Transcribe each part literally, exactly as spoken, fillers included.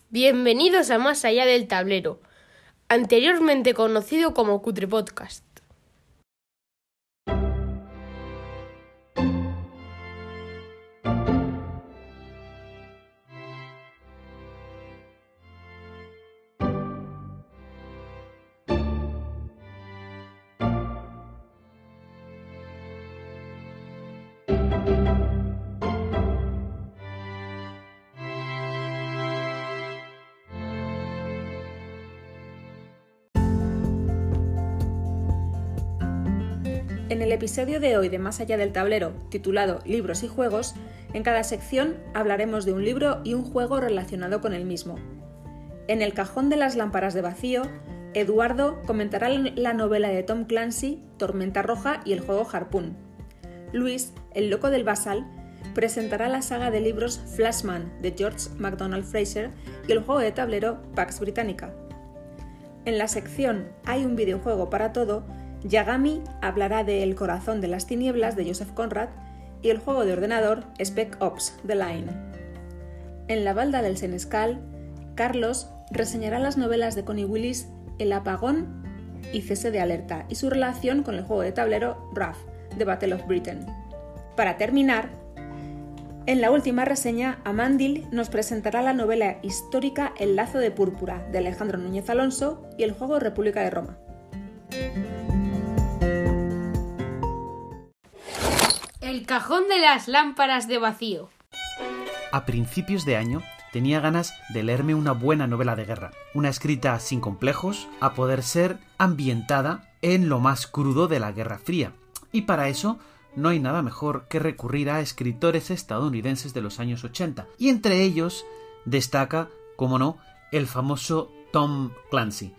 Bienvenidos a Más allá del tablero, anteriormente conocido como Cutre Podcast. En el episodio de hoy de Más allá del tablero, titulado Libros y juegos, en cada sección hablaremos de un libro y un juego relacionado con el mismo. En el cajón de las lámparas de vacío, Eduardo comentará la novela de Tom Clancy, Tormenta Roja y el juego Harpoon. Luis, el loco del Basal, presentará la saga de libros Flashman de George MacDonald Fraser y el juego de tablero Pax Britannica. En la sección Hay un videojuego para todo, Yagami hablará de El corazón de las tinieblas de Joseph Conrad y el juego de ordenador Spec Ops The Line. En la balda del Senescal, Carlos reseñará las novelas de Connie Willis El apagón y Cese de alerta y su relación con el juego de tablero Ruff, The Battle of Britain. Para terminar, en la última reseña, Amandil nos presentará la novela histórica El lazo de púrpura de Alejandro Núñez Alonso y el juego República de Roma. El cajón de las lámparas de vacío. A principios de año tenía ganas de leerme una buena novela de guerra, una escrita sin complejos, a poder ser ambientada en lo más crudo de la Guerra Fría. Y para eso no hay nada mejor que recurrir a escritores estadounidenses de los años ochenta, y entre ellos destaca, como no, el famoso Tom Clancy.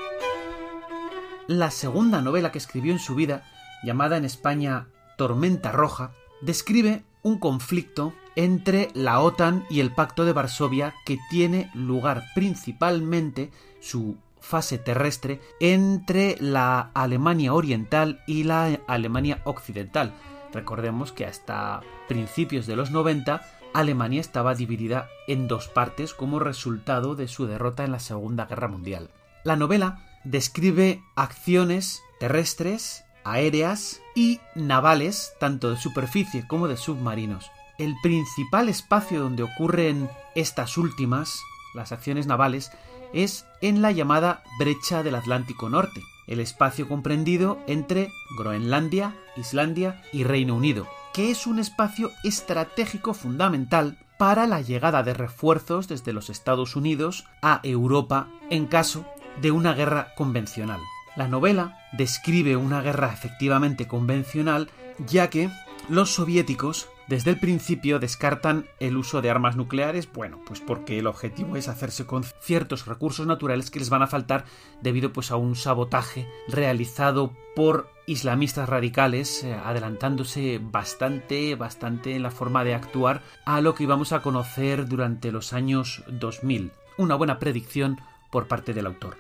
La segunda novela que escribió en su vida, llamada en España Tormenta Roja, describe un conflicto entre la OTAN y el Pacto de Varsovia que tiene lugar principalmente, su fase terrestre, entre la Alemania Oriental y la Alemania Occidental. Recordemos que hasta principios de los noventa Alemania estaba dividida en dos partes como resultado de su derrota en la Segunda Guerra Mundial. La novela describe acciones terrestres, aéreas y navales, tanto de superficie como de submarinos. El principal espacio donde ocurren estas últimas, las acciones navales, es en la llamada Brecha del Atlántico Norte, el espacio comprendido entre Groenlandia, Islandia y Reino Unido, que es un espacio estratégico fundamental para la llegada de refuerzos desde los Estados Unidos a Europa en caso de una guerra convencional. La novela describe una guerra efectivamente convencional, ya que los soviéticos desde el principio descartan el uso de armas nucleares, bueno, pues porque el objetivo es hacerse con ciertos recursos naturales que les van a faltar debido pues a un sabotaje realizado por islamistas radicales, eh, adelantándose bastante, bastante en la forma de actuar a lo que íbamos a conocer durante los años dos mil. Una buena predicción por parte del autor.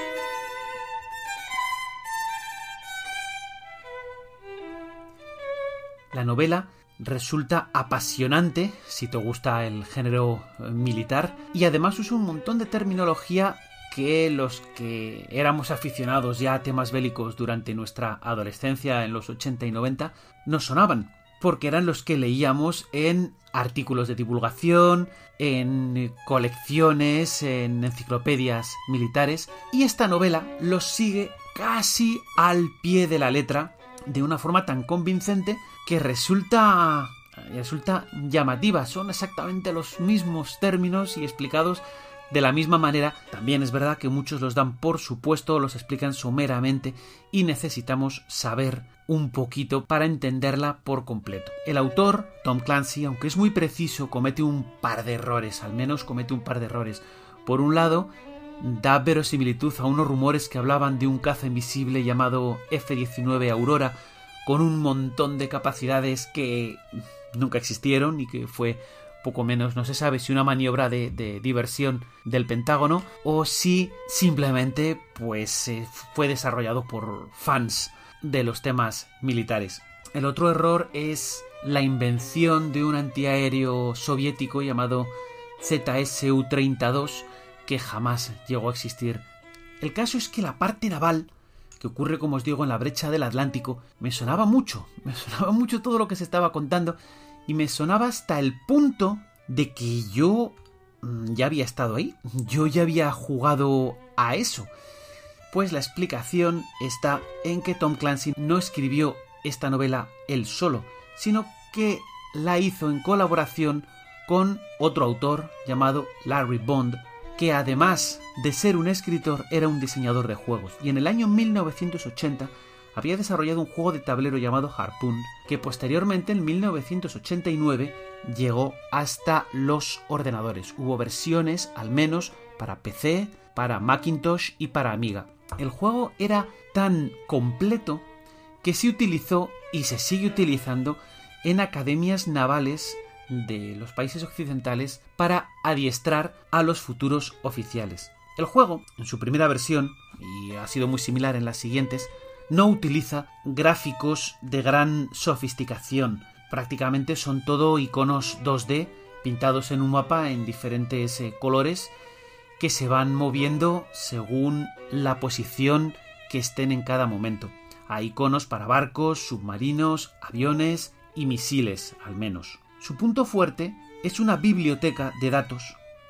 La novela resulta apasionante si te gusta el género militar y además usa un montón de terminología que los que éramos aficionados ya a temas bélicos durante nuestra adolescencia en los ochenta y noventa nos sonaban, porque eran los que leíamos en artículos de divulgación, en colecciones, en enciclopedias militares, y esta novela los sigue casi al pie de la letra de una forma tan convincente que resulta, resulta llamativa. Son exactamente los mismos términos y explicados de la misma manera. También es verdad que muchos los dan por supuesto, los explican someramente y necesitamos saber un poquito para entenderla por completo. El autor, Tom Clancy, aunque es muy preciso, comete un par de errores, al menos comete un par de errores. Por un lado, da verosimilitud a unos rumores que hablaban de un caza invisible llamado F diecinueve Aurora, con un montón de capacidades que nunca existieron y que fue poco menos, no se sabe si una maniobra de, de diversión del Pentágono o si simplemente pues eh, fue desarrollado por fans de los temas militares. El otro error es la invención de un antiaéreo soviético llamado Z S U treinta y dos, que jamás llegó a existir. El caso es que la parte naval, que ocurre, como os digo, en la brecha del Atlántico, me sonaba mucho, me sonaba mucho todo lo que se estaba contando, y me sonaba hasta el punto de que yo mmm, ya había estado ahí, yo ya había jugado a eso. Pues la explicación está en que Tom Clancy no escribió esta novela él solo, sino que la hizo en colaboración con otro autor llamado Larry Bond, que además de ser un escritor era un diseñador de juegos, y en el año mil novecientos ochenta había desarrollado un juego de tablero llamado Harpoon, que posteriormente en mil novecientos ochenta y nueve llegó hasta los ordenadores. Hubo versiones al menos para P C, para Macintosh y para Amiga. El juego era tan completo que se utilizó y se sigue utilizando en academias navales de los países occidentales para adiestrar a los futuros oficiales. El juego, en su primera versión, y ha sido muy similar en las siguientes, no utiliza gráficos de gran sofisticación. Prácticamente son todo iconos dos D pintados en un mapa en diferentes eh, colores que se van moviendo según la posición que estén en cada momento. Hay iconos para barcos, submarinos, aviones y misiles, al menos. Su punto fuerte es una biblioteca de datos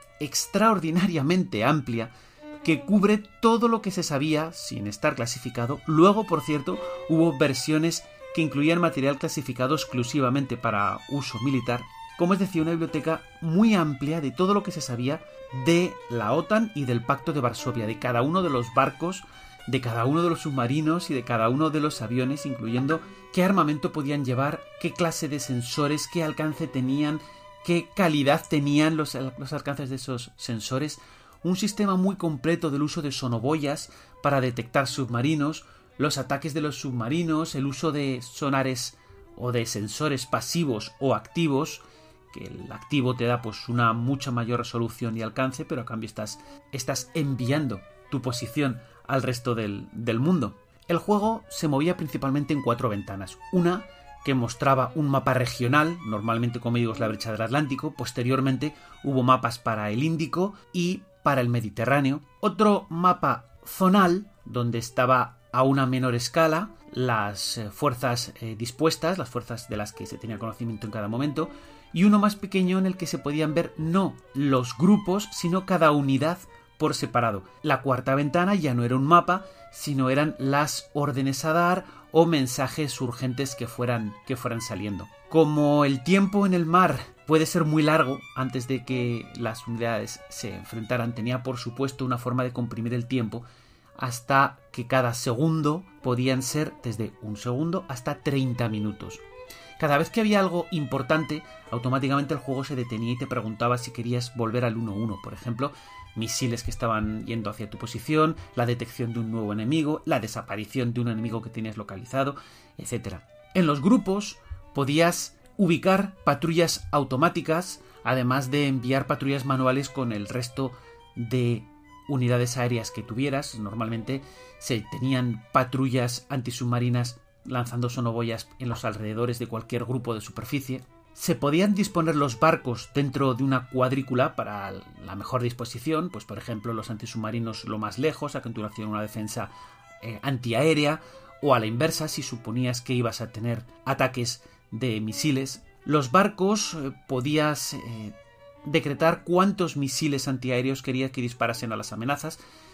extraordinariamente amplia que cubre todo lo que se sabía sin estar clasificado. Luego, por cierto, hubo versiones que incluían material clasificado exclusivamente para uso militar. Como os decía, una biblioteca muy amplia de todo lo que se sabía de la OTAN y del Pacto de Varsovia, de cada uno de los barcos, de cada uno de los submarinos y de cada uno de los aviones, incluyendo qué armamento podían llevar, qué clase de sensores, qué alcance tenían, qué calidad tenían los, los alcances de esos sensores. Un sistema muy completo del uso de sonoboyas para detectar submarinos, los ataques de los submarinos, el uso de sonares o de sensores pasivos o activos, que el activo te da pues una mucha mayor resolución y alcance, pero a cambio estás, estás enviando tu posición al resto del, del mundo. El juego se movía principalmente en cuatro ventanas. Una que mostraba un mapa regional, normalmente, como digo, es la brecha del Atlántico. Posteriormente hubo mapas para el Índico y para el Mediterráneo. Otro mapa zonal, donde estaba a una menor escala las eh, fuerzas eh, dispuestas, las fuerzas de las que se tenía conocimiento en cada momento, y uno más pequeño en el que se podían ver no los grupos, sino cada unidad por separado. La cuarta ventana ya no era un mapa, sino eran las órdenes a dar o mensajes urgentes que fueran, que fueran saliendo. Como el tiempo en el mar puede ser muy largo antes de que las unidades se enfrentaran, tenía por supuesto una forma de comprimir el tiempo hasta que cada segundo podían ser desde un segundo hasta treinta minutos. Cada vez que había algo importante, automáticamente el juego se detenía y te preguntaba si querías volver al uno uno. Por ejemplo, misiles que estaban yendo hacia tu posición, la detección de un nuevo enemigo, la desaparición de un enemigo que tenías localizado, etcétera. En los grupos podías ubicar patrullas automáticas, además de enviar patrullas manuales con el resto de unidades aéreas que tuvieras. Normalmente se tenían patrullas antisubmarinas lanzando sonoboyas en los alrededores de cualquier grupo de superficie. Se podían disponer los barcos dentro de una cuadrícula para la mejor disposición, pues por ejemplo los antisubmarinos lo más lejos, a continuación una defensa eh, antiaérea, o a la inversa si suponías que ibas a tener ataques de misiles. Los barcos eh, podías eh, decretar cuántos misiles antiaéreos querías que disparasen a las amenazas.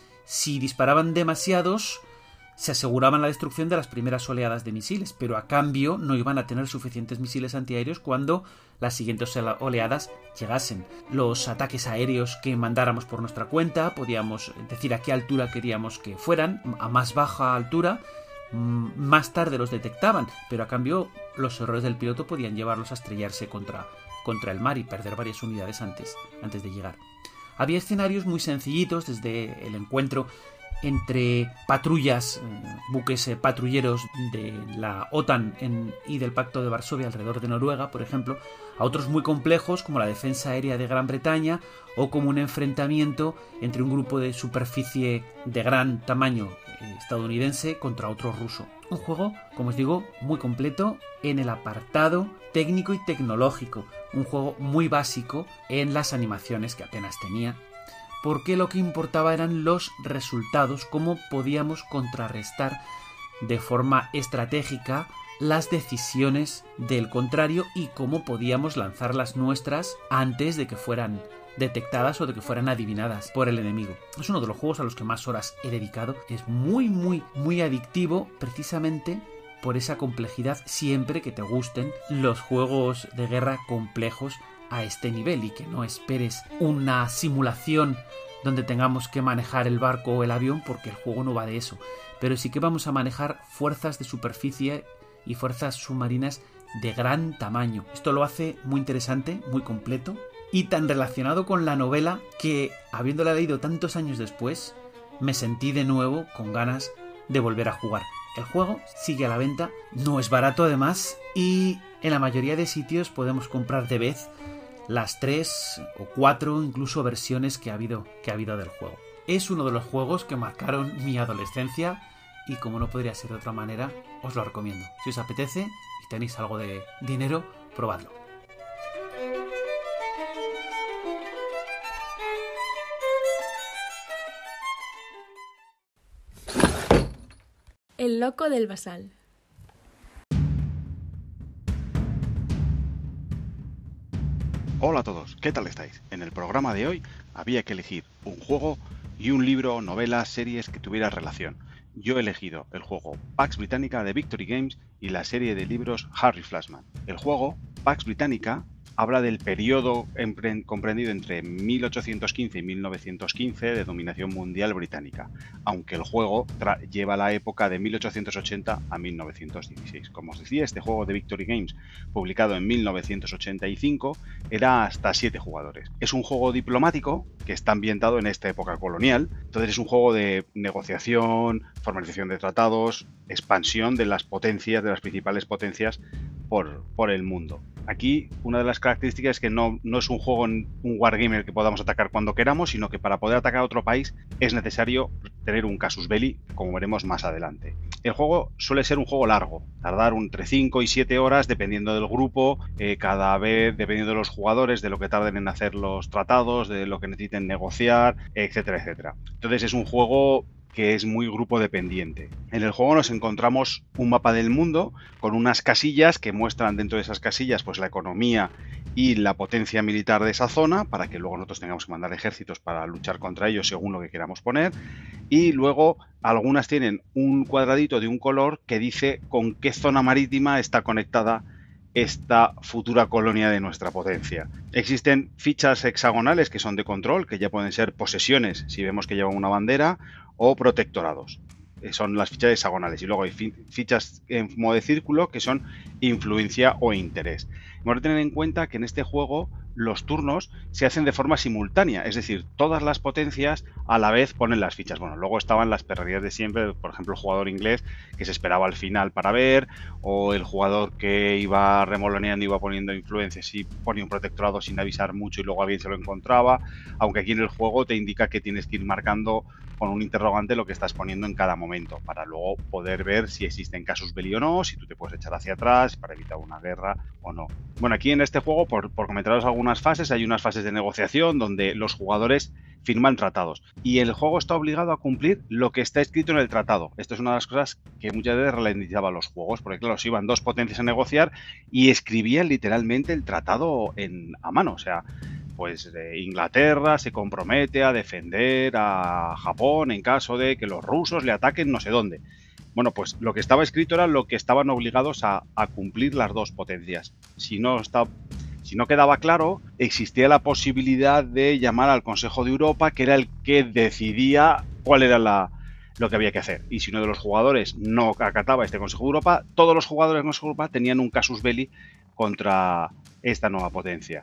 Si disparaban demasiados, se aseguraban la destrucción de las primeras oleadas de misiles, pero a cambio no iban a tener suficientes misiles antiaéreos cuando las siguientes oleadas llegasen. Los ataques aéreos que mandáramos por nuestra cuenta, podíamos decir a qué altura queríamos que fueran. A más baja altura, más tarde los detectaban, pero a cambio los errores del piloto podían llevarlos a estrellarse contra, contra el mar y perder varias unidades antes, antes de llegar. Había escenarios muy sencillitos, desde el encuentro entre patrullas, buques eh, patrulleros de la OTAN en, y del Pacto de Varsovia alrededor de Noruega, por ejemplo, a otros muy complejos como la defensa aérea de Gran Bretaña, o como un enfrentamiento entre un grupo de superficie de gran tamaño eh, estadounidense contra otro ruso. Un juego, como os digo, muy completo en el apartado técnico y tecnológico. Un juego muy básico en las animaciones que apenas tenía, porque lo que importaba eran los resultados, cómo podíamos contrarrestar de forma estratégica las decisiones del contrario y cómo podíamos lanzar las nuestras antes de que fueran detectadas o de que fueran adivinadas por el enemigo. Es uno de los juegos a los que más horas he dedicado. Es muy, muy, muy adictivo precisamente por esa complejidad, siempre que te gusten los juegos de guerra complejos a este nivel y que no esperes una simulación donde tengamos que manejar el barco o el avión, porque el juego no va de eso. Pero sí que vamos a manejar fuerzas de superficie y fuerzas submarinas de gran tamaño. Esto lo hace muy interesante, muy completo y tan relacionado con la novela que, habiéndola leído tantos años después, me sentí de nuevo con ganas de volver a jugar. El juego sigue a la venta, no es barato además, y en la mayoría de sitios podemos comprar de vez las tres o cuatro incluso versiones que ha habido, que ha habido del juego. Es uno de los juegos que marcaron mi adolescencia y, como no podría ser de otra manera, os lo recomiendo. Si os apetece y tenéis algo de dinero, probadlo. El loco del Basal. Hola a todos, ¿qué tal estáis? En el programa de hoy había que elegir un juego y un libro, novelas, series que tuviera relación. Yo he elegido el juego Pax Britannica de Victory Games y la serie de libros Harry Flashman. El juego Pax Britannica habla del periodo comprendido entre mil ochocientos quince y mil novecientos quince de dominación mundial británica, aunque el juego lleva la época de mil ochocientos ochenta a mil novecientos dieciséis. Como os decía, este juego de Victory Games, publicado en mil novecientos ochenta y cinco, era hasta siete jugadores. Es un juego diplomático que está ambientado en esta época colonial, entonces es un juego de negociación, formalización de tratados, expansión de las potencias, de las principales potencias por, por el mundo. Aquí una de las características es que no, no es un juego, un wargamer que podamos atacar cuando queramos, sino que para poder atacar a otro país es necesario tener un casus belli, como veremos más adelante. El juego suele ser un juego largo, tardar entre cinco y siete horas dependiendo del grupo, eh, cada vez dependiendo de los jugadores, de lo que tarden en hacer los tratados, de lo que necesiten negociar, etcétera, etcétera. Entonces es un juego que es muy grupo dependiente. En el juego nos encontramos un mapa del mundo con unas casillas que muestran dentro de esas casillas pues la economía y la potencia militar de esa zona, para que luego nosotros tengamos que mandar ejércitos para luchar contra ellos según lo que queramos poner, y luego algunas tienen un cuadradito de un color que dice con qué zona marítima está conectada esta futura colonia de nuestra potencia. Existen fichas hexagonales que son de control, que ya pueden ser posesiones si vemos que llevan una bandera, o protectorados. Son las fichas hexagonales. Y luego hay fichas en modo de círculo que son influencia o interés. Hemos de tener en cuenta que en este juego los turnos se hacen de forma simultánea, es decir, todas las potencias a la vez ponen las fichas. Bueno, luego estaban las perrerías de siempre, por ejemplo, el jugador inglés que se esperaba al final para ver, o el jugador que iba remoloneando y iba poniendo influencias y ponía un protectorado sin avisar mucho y luego alguien se lo encontraba, aunque aquí en el juego te indica que tienes que ir marcando con un interrogante lo que estás poniendo en cada momento, para luego poder ver si existen casus belli o no, si tú te puedes echar hacia atrás para evitar una guerra o no. Bueno, aquí en este juego, por, por comentaros algunas fases, hay unas fases de negociación donde los jugadores firman tratados y el juego está obligado a cumplir lo que está escrito en el tratado. Esto es una de las cosas que muchas veces ralentizaba los juegos, porque claro, se iban dos potencias a negociar y escribían literalmente el tratado en, a mano, o sea, pues eh, Inglaterra se compromete a defender a Japón en caso de que los rusos le ataquen no sé dónde. Bueno, pues lo que estaba escrito era lo que estaban obligados a, a cumplir las dos potencias. Si no, está, si no quedaba claro, existía la posibilidad de llamar al Consejo de Europa, que era el que decidía cuál era la, lo que había que hacer. Y si uno de los jugadores no acataba este Consejo de Europa, todos los jugadores del Consejo de Europa tenían un casus belli contra esta nueva potencia.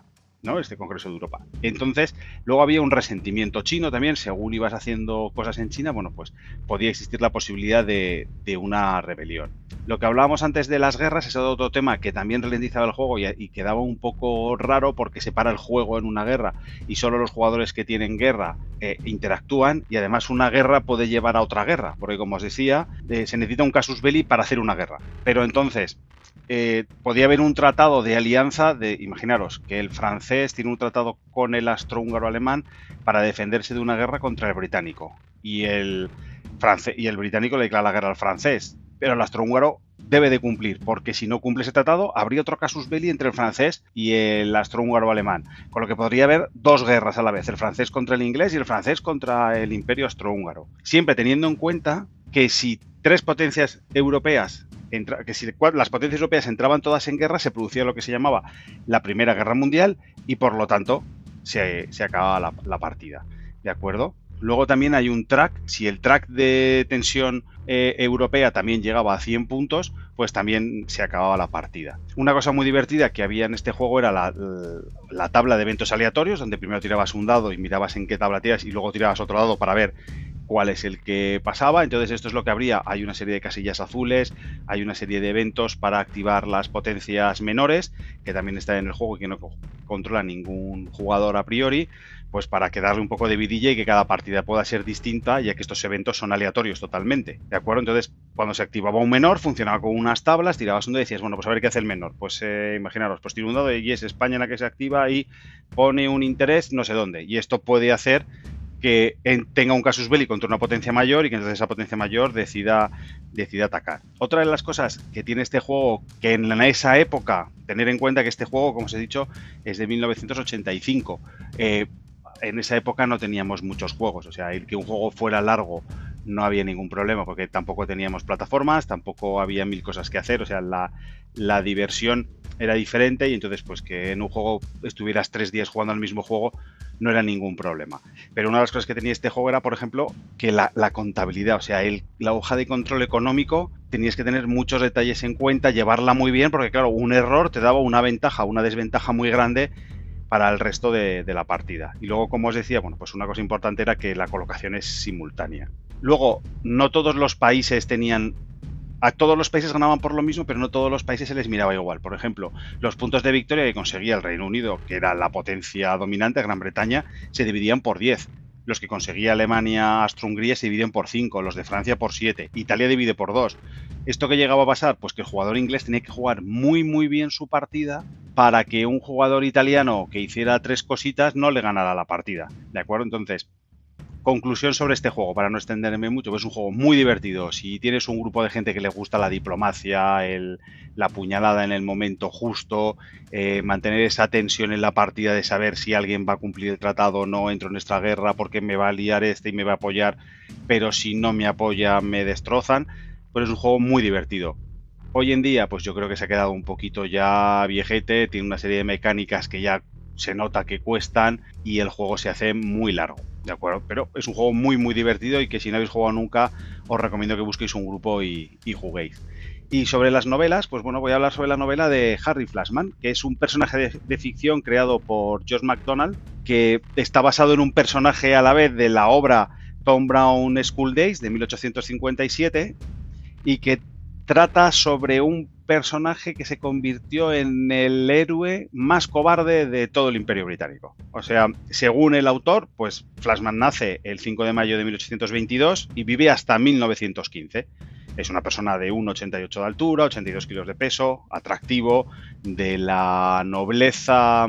¿no? Este Congreso de Europa. Entonces, luego había un resentimiento chino también, según ibas haciendo cosas en China, bueno, pues podía existir la posibilidad de, de una rebelión. Lo que hablábamos antes de las guerras es otro tema que también ralentizaba el juego y, y quedaba un poco raro porque se para el juego en una guerra y solo los jugadores que tienen guerra eh, interactúan, y además una guerra puede llevar a otra guerra, porque como os decía, eh, se necesita un casus belli para hacer una guerra. Pero entonces, Eh, podía haber un tratado de alianza, de, imaginaros que el francés tiene un tratado con el austrohúngaro alemán para defenderse de una guerra contra el británico, y el, francés, y el británico le declara la guerra al francés, pero el austrohúngaro debe de cumplir, porque si no cumple ese tratado habría otro casus belli entre el francés y el austrohúngaro alemán, con lo que podría haber dos guerras a la vez, el francés contra el inglés y el francés contra el imperio austrohúngaro, siempre teniendo en cuenta que si tres potencias europeas que si las potencias europeas entraban todas en guerra, se producía lo que se llamaba la Primera Guerra Mundial y por lo tanto se, se acababa la, la partida, ¿de acuerdo? Luego también hay un track, si el track de tensión eh, europea también llegaba a cien puntos, pues también se acababa la partida. Una cosa muy divertida que había en este juego era la, la tabla de eventos aleatorios, donde primero tirabas un dado y mirabas en qué tabla tiras y luego tirabas otro dado para ver cuál es el que pasaba. Entonces esto es lo que habría, hay una serie de casillas azules, hay una serie de eventos para activar las potencias menores, que también están en el juego y que no controla ningún jugador a priori, pues para que darle un poco de vidilla y que cada partida pueda ser distinta, ya que estos eventos son aleatorios totalmente, ¿de acuerdo? Entonces, cuando se activaba un menor, funcionaba con unas tablas, tirabas un dado y decías, bueno, pues a ver qué hace el menor. Pues eh, imaginaros, pues tiro un dado y es España en la que se activa y pone un interés no sé dónde, y esto puede hacer que tenga un casus belli contra una potencia mayor y que entonces esa potencia mayor decida, decida atacar. Otra de las cosas que tiene este juego, que en esa época, tener en cuenta que este juego, como os he dicho, es de mil novecientos ochenta y cinco, eh, en esa época no teníamos muchos juegos, o sea, el que un juego fuera largo no había ningún problema, porque tampoco teníamos plataformas, tampoco había mil cosas que hacer, o sea, la, la diversión era diferente y entonces pues que en un juego estuvieras tres días jugando al mismo juego no era ningún problema. Pero una de las cosas que tenía este juego era, por ejemplo, que la, la contabilidad, o sea, el, la hoja de control económico, tenías que tener muchos detalles en cuenta, llevarla muy bien, porque claro, un error te daba una ventaja, una desventaja muy grande para el resto de, de la partida. Y luego, como os decía, bueno, pues una cosa importante era que la colocación es simultánea. Luego, no todos los países tenían... A todos los países ganaban por lo mismo, pero no todos los países se les miraba igual. Por ejemplo, los puntos de victoria que conseguía el Reino Unido, que era la potencia dominante, Gran Bretaña, se dividían por diez. Los que conseguía Alemania, Austria-Hungría se dividen por cinco, los de Francia por siete, Italia divide por dos. ¿Esto qué llegaba a pasar? Pues que el jugador inglés tenía que jugar muy muy bien su partida para que un jugador italiano que hiciera tres cositas no le ganara la partida, ¿de acuerdo? Entonces, conclusión sobre este juego, para no extenderme mucho, pues es un juego muy divertido. Si tienes un grupo de gente que le gusta la diplomacia, el, la puñalada en el momento justo, eh, mantener esa tensión en la partida de saber si alguien va a cumplir el tratado o no, entro en esta guerra porque me va a liar este y me va a apoyar, pero si no me apoya me destrozan, pues es un juego muy divertido. Hoy en día, pues yo creo que se ha quedado un poquito ya viejete, tiene una serie de mecánicas que ya se nota que cuestan y el juego se hace muy largo, ¿de acuerdo? Pero es un juego muy muy divertido y que si no habéis jugado nunca os recomiendo que busquéis un grupo y, y juguéis. Y sobre las novelas, pues bueno, voy a hablar sobre la novela de Harry Flashman, que es un personaje de, de ficción creado por Josh McDonald, que está basado en un personaje a la vez de la obra Tom Brown School Days de mil ochocientos cincuenta y siete y que trata sobre un personaje que se convirtió en el héroe más cobarde de todo el Imperio Británico. O sea, según el autor, pues Flashman nace el cinco de mayo de mil ochocientos veintidós y vive hasta mil novecientos quince. Es una persona de uno ochenta y ocho de altura, ochenta y dos kilos de peso, atractivo, de la nobleza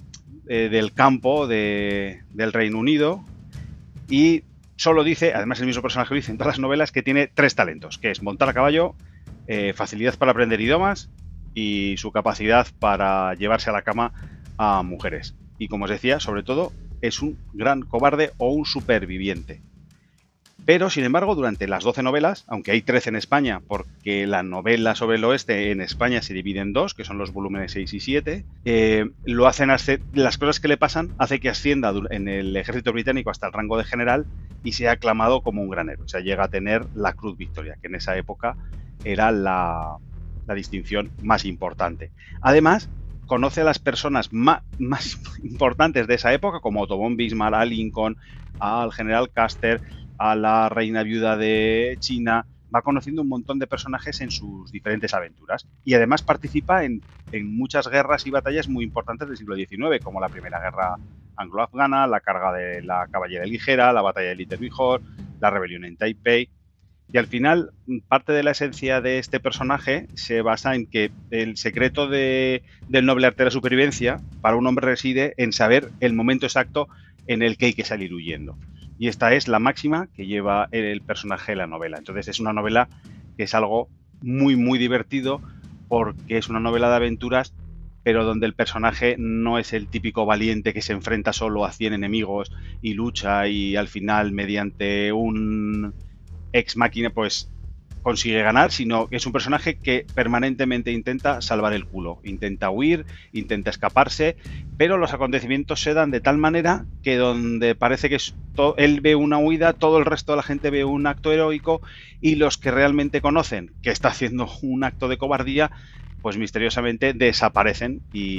eh, del campo de, del Reino Unido, y solo dice, además el mismo personaje lo dice en todas las novelas, que tiene tres talentos, que es montar a caballo, Eh, facilidad para aprender idiomas y su capacidad para llevarse a la cama a mujeres. Y como os decía, sobre todo, es un gran cobarde o un superviviente. Pero, sin embargo, durante las doce novelas, aunque hay trece en España, porque la novela sobre el oeste en España se divide en dos, que son los volúmenes seis y siete, eh, lo hacen hacer, las cosas que le pasan hace que ascienda en el ejército británico hasta el rango de general y sea aclamado como un gran héroe. O sea, llega a tener la Cruz Victoria, que en esa época era la, la distinción más importante. Además, conoce a las personas más, más importantes de esa época, como Otto von Bismarck, a Lincoln, al general Custer, a la reina viuda de China. Va conociendo un montón de personajes en sus diferentes aventuras y además participa en, en muchas guerras y batallas muy importantes del siglo diecinueve, como la Primera Guerra Anglo-Afgana, la carga de la Caballería Ligera, la batalla de Little Bihor, la rebelión en Taipei. Y al final, parte de la esencia de este personaje se basa en que el secreto de, del noble arte de la supervivencia para un hombre reside en saber el momento exacto en el que hay que salir huyendo. Y esta es la máxima que lleva el personaje de la novela. Entonces es una novela que es algo muy, muy divertido porque es una novela de aventuras, pero donde el personaje no es el típico valiente que se enfrenta solo a cien enemigos y lucha y al final mediante un ex máquina pues consigue ganar, sino que es un personaje que permanentemente intenta salvar el culo, intenta huir, intenta escaparse, pero los acontecimientos se dan de tal manera que donde parece que es to- él ve una huida, todo el resto de la gente ve un acto heroico y los que realmente conocen que está haciendo un acto de cobardía, pues misteriosamente desaparecen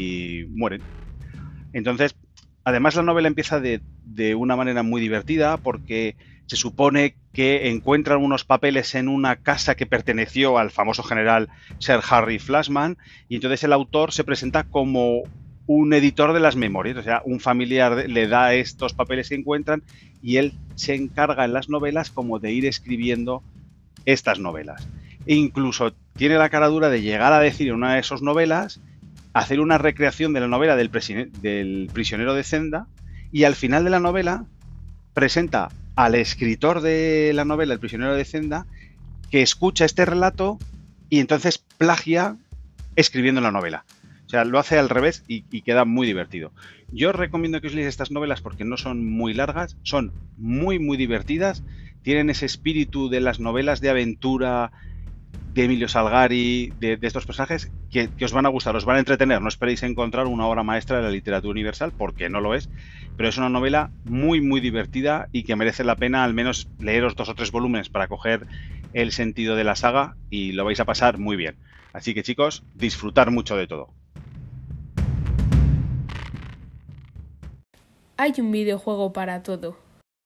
y mueren. Entonces, además la novela empieza de, de una manera muy divertida porque se supone que encuentran unos papeles en una casa que perteneció al famoso general Sir Harry Flashman y entonces el autor se presenta como un editor de las memorias, o sea, un familiar le da estos papeles que encuentran y él se encarga en las novelas como de ir escribiendo estas novelas. E incluso tiene la cara dura de llegar a decir en una de esas novelas, hacer una recreación de la novela del, del prisionero de Zenda y al final de la novela presenta al escritor de la novela El prisionero de Zenda que escucha este relato y entonces plagia escribiendo la novela. O sea, lo hace al revés y, y queda muy divertido. Yo os recomiendo que os leáis estas novelas porque no son muy largas, son muy muy divertidas, tienen ese espíritu de las novelas de aventura de Emilio Salgari, de, de estos personajes que, que os van a gustar, os van a entretener. No esperéis encontrar una obra maestra de la literatura universal porque no lo es, pero es una novela muy muy divertida y que merece la pena al menos leeros dos o tres volúmenes para coger el sentido de la saga y lo vais a pasar muy bien. Así que chicos, disfrutar mucho de todo. Hay un videojuego para todo.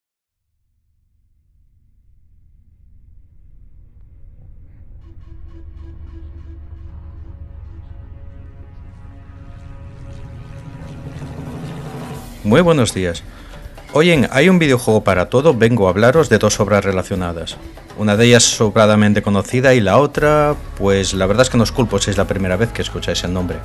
Muy buenos días. Hoy en Hay un videojuego para todo vengo a hablaros de dos obras relacionadas. Una de ellas sobradamente conocida y la otra, pues la verdad es que no os culpo si es la primera vez que escucháis el nombre.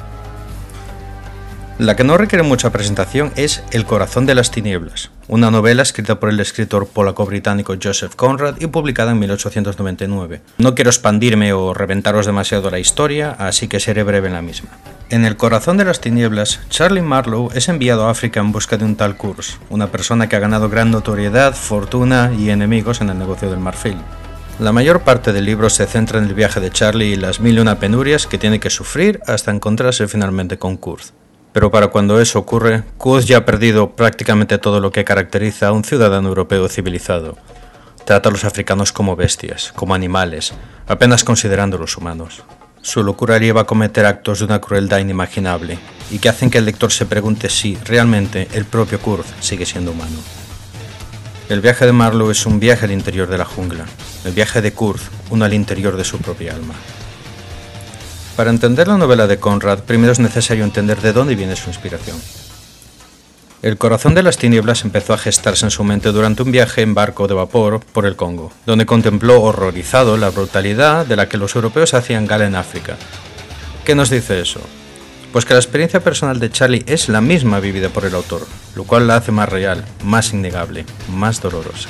La que no requiere mucha presentación es El corazón de las tinieblas, una novela escrita por el escritor polaco-británico Joseph Conrad y publicada en mil ochocientos noventa y nueve. No quiero expandirme o reventaros demasiado la historia, así que seré breve en la misma. En El corazón de las tinieblas, Charlie Marlowe es enviado a África en busca de un tal Kurz, una persona que ha ganado gran notoriedad, fortuna y enemigos en el negocio del marfil. La mayor parte del libro se centra en el viaje de Charlie y las mil y una penurias que tiene que sufrir hasta encontrarse finalmente con Kurz. Pero para cuando eso ocurre, Kurz ya ha perdido prácticamente todo lo que caracteriza a un ciudadano europeo civilizado. Trata a los africanos como bestias, como animales, apenas considerándolos humanos. Su locura lleva a cometer actos de una crueldad inimaginable, y que hacen que el lector se pregunte si, realmente, el propio Kurz sigue siendo humano. El viaje de Marlowe es un viaje al interior de la jungla, el viaje de Kurz, uno al interior de su propia alma. Para entender la novela de Conrad, primero es necesario entender de dónde viene su inspiración. El corazón de las tinieblas empezó a gestarse en su mente durante un viaje en barco de vapor por el Congo, donde contempló horrorizado la brutalidad de la que los europeos hacían gala en África. ¿Qué nos dice eso? Pues que la experiencia personal de Charlie es la misma vivida por el autor, lo cual la hace más real, más innegable, más dolorosa.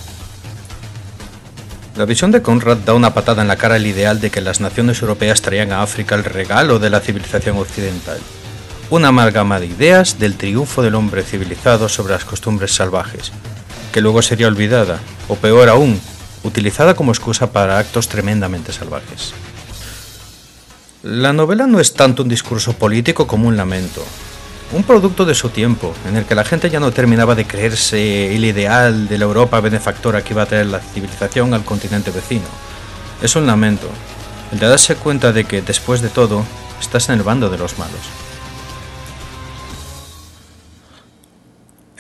La visión de Conrad da una patada en la cara al ideal de que las naciones europeas traían a África el regalo de la civilización occidental. Una amalgama de ideas del triunfo del hombre civilizado sobre las costumbres salvajes, que luego sería olvidada, o peor aún, utilizada como excusa para actos tremendamente salvajes. La novela no es tanto un discurso político como un lamento. Un producto de su tiempo, en el que la gente ya no terminaba de creerse el ideal de la Europa benefactora que iba a traer la civilización al continente vecino. Es un lamento, el de darse cuenta de que, después de todo, estás en el bando de los malos.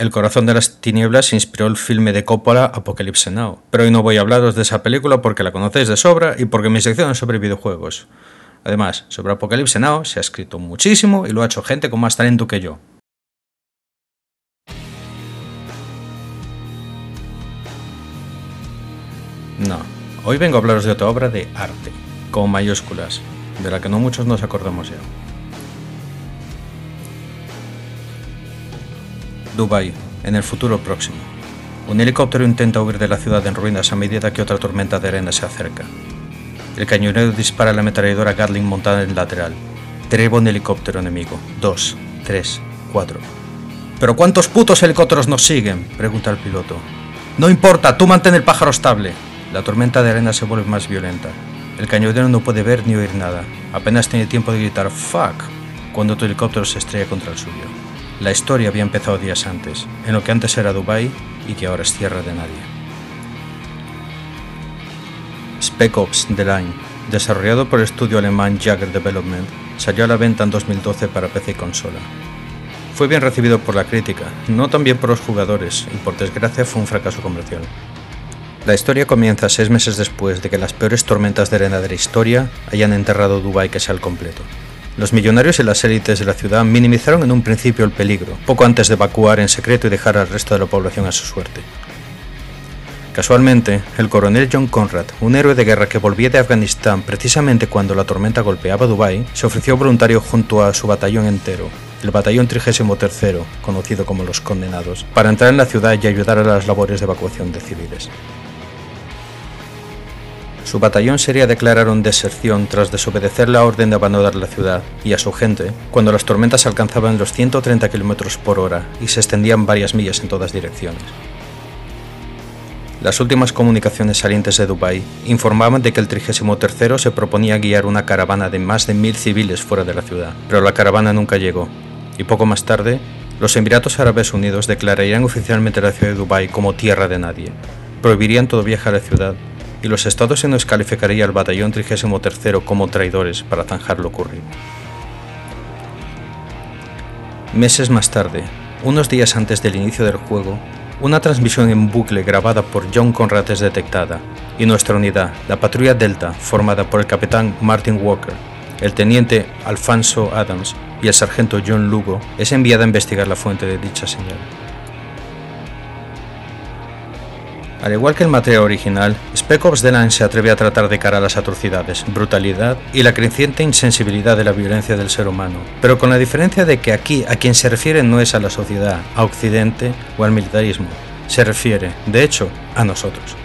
El corazón de las tinieblas inspiró el filme de Coppola Apocalypse Now, pero hoy no voy a hablaros de esa película porque la conocéis de sobra y porque mi sección es sobre videojuegos. Además, sobre Apocalypse Now se ha escrito muchísimo y lo ha hecho gente con más talento que yo. No, hoy vengo a hablaros de otra obra de arte, con mayúsculas, de la que no muchos nos acordamos ya. Dubái, en el futuro próximo. Un helicóptero intenta huir de la ciudad en ruinas a medida que otra tormenta de arena se acerca. El cañonero dispara la ametralladora Gatling montada en el lateral. Derriba un helicóptero enemigo. Dos, tres, cuatro. ¿Pero cuántos putos helicópteros nos siguen?, pregunta el piloto. No importa, tú mantén el pájaro estable. La tormenta de arena se vuelve más violenta. El cañonero no puede ver ni oír nada. Apenas tiene tiempo de gritar "fuck" cuando tu helicóptero se estrella contra el suyo. La historia había empezado días antes, en lo que antes era Dubái y que ahora es tierra de nadie. Spec Ops: The Line, desarrollado por el estudio alemán Jaeger Development, salió a la venta en dos mil doce para P C y consola. Fue bien recibido por la crítica, no tan bien por los jugadores, y por desgracia fue un fracaso comercial. La historia comienza seis meses después de que las peores tormentas de arena de la historia hayan enterrado Dubái casi al completo. Los millonarios y las élites de la ciudad minimizaron en un principio el peligro, poco antes de evacuar en secreto y dejar al resto de la población a su suerte. Casualmente, el coronel John Conrad, un héroe de guerra que volvía de Afganistán precisamente cuando la tormenta golpeaba Dubái, se ofreció voluntario junto a su batallón entero, el batallón trigésimo tercero, conocido como los Condenados, para entrar en la ciudad y ayudar a las labores de evacuación de civiles. Su batallón sería declarar en deserción tras desobedecer la orden de abandonar la ciudad y a su gente cuando las tormentas alcanzaban los ciento treinta kilómetros por hora y se extendían varias millas en todas direcciones. Las últimas comunicaciones salientes de Dubái informaban de que el trigésimo tercero se proponía guiar una caravana de más de mil civiles fuera de la ciudad, pero la caravana nunca llegó, y poco más tarde, los Emiratos Árabes Unidos declararían oficialmente la ciudad de Dubái como tierra de nadie, prohibirían todo viaje a la ciudad, y los Estados Unidos calificaría al batallón trigésimo tercero como traidores para zanjar lo ocurrido. Meses más tarde, unos días antes del inicio del juego, una transmisión en bucle grabada por John Conrad es detectada, y nuestra unidad, la Patrulla Delta, formada por el capitán Martin Walker, el teniente Alfonso Adams y el sargento John Lugo, es enviada a investigar la fuente de dicha señal. Al igual que el material original, Spec Ops: The Line se atreve a tratar de cara a las atrocidades, brutalidad y la creciente insensibilidad de la violencia del ser humano, pero con la diferencia de que aquí a quien se refiere no es a la sociedad, a Occidente o al militarismo, se refiere, de hecho, a nosotros.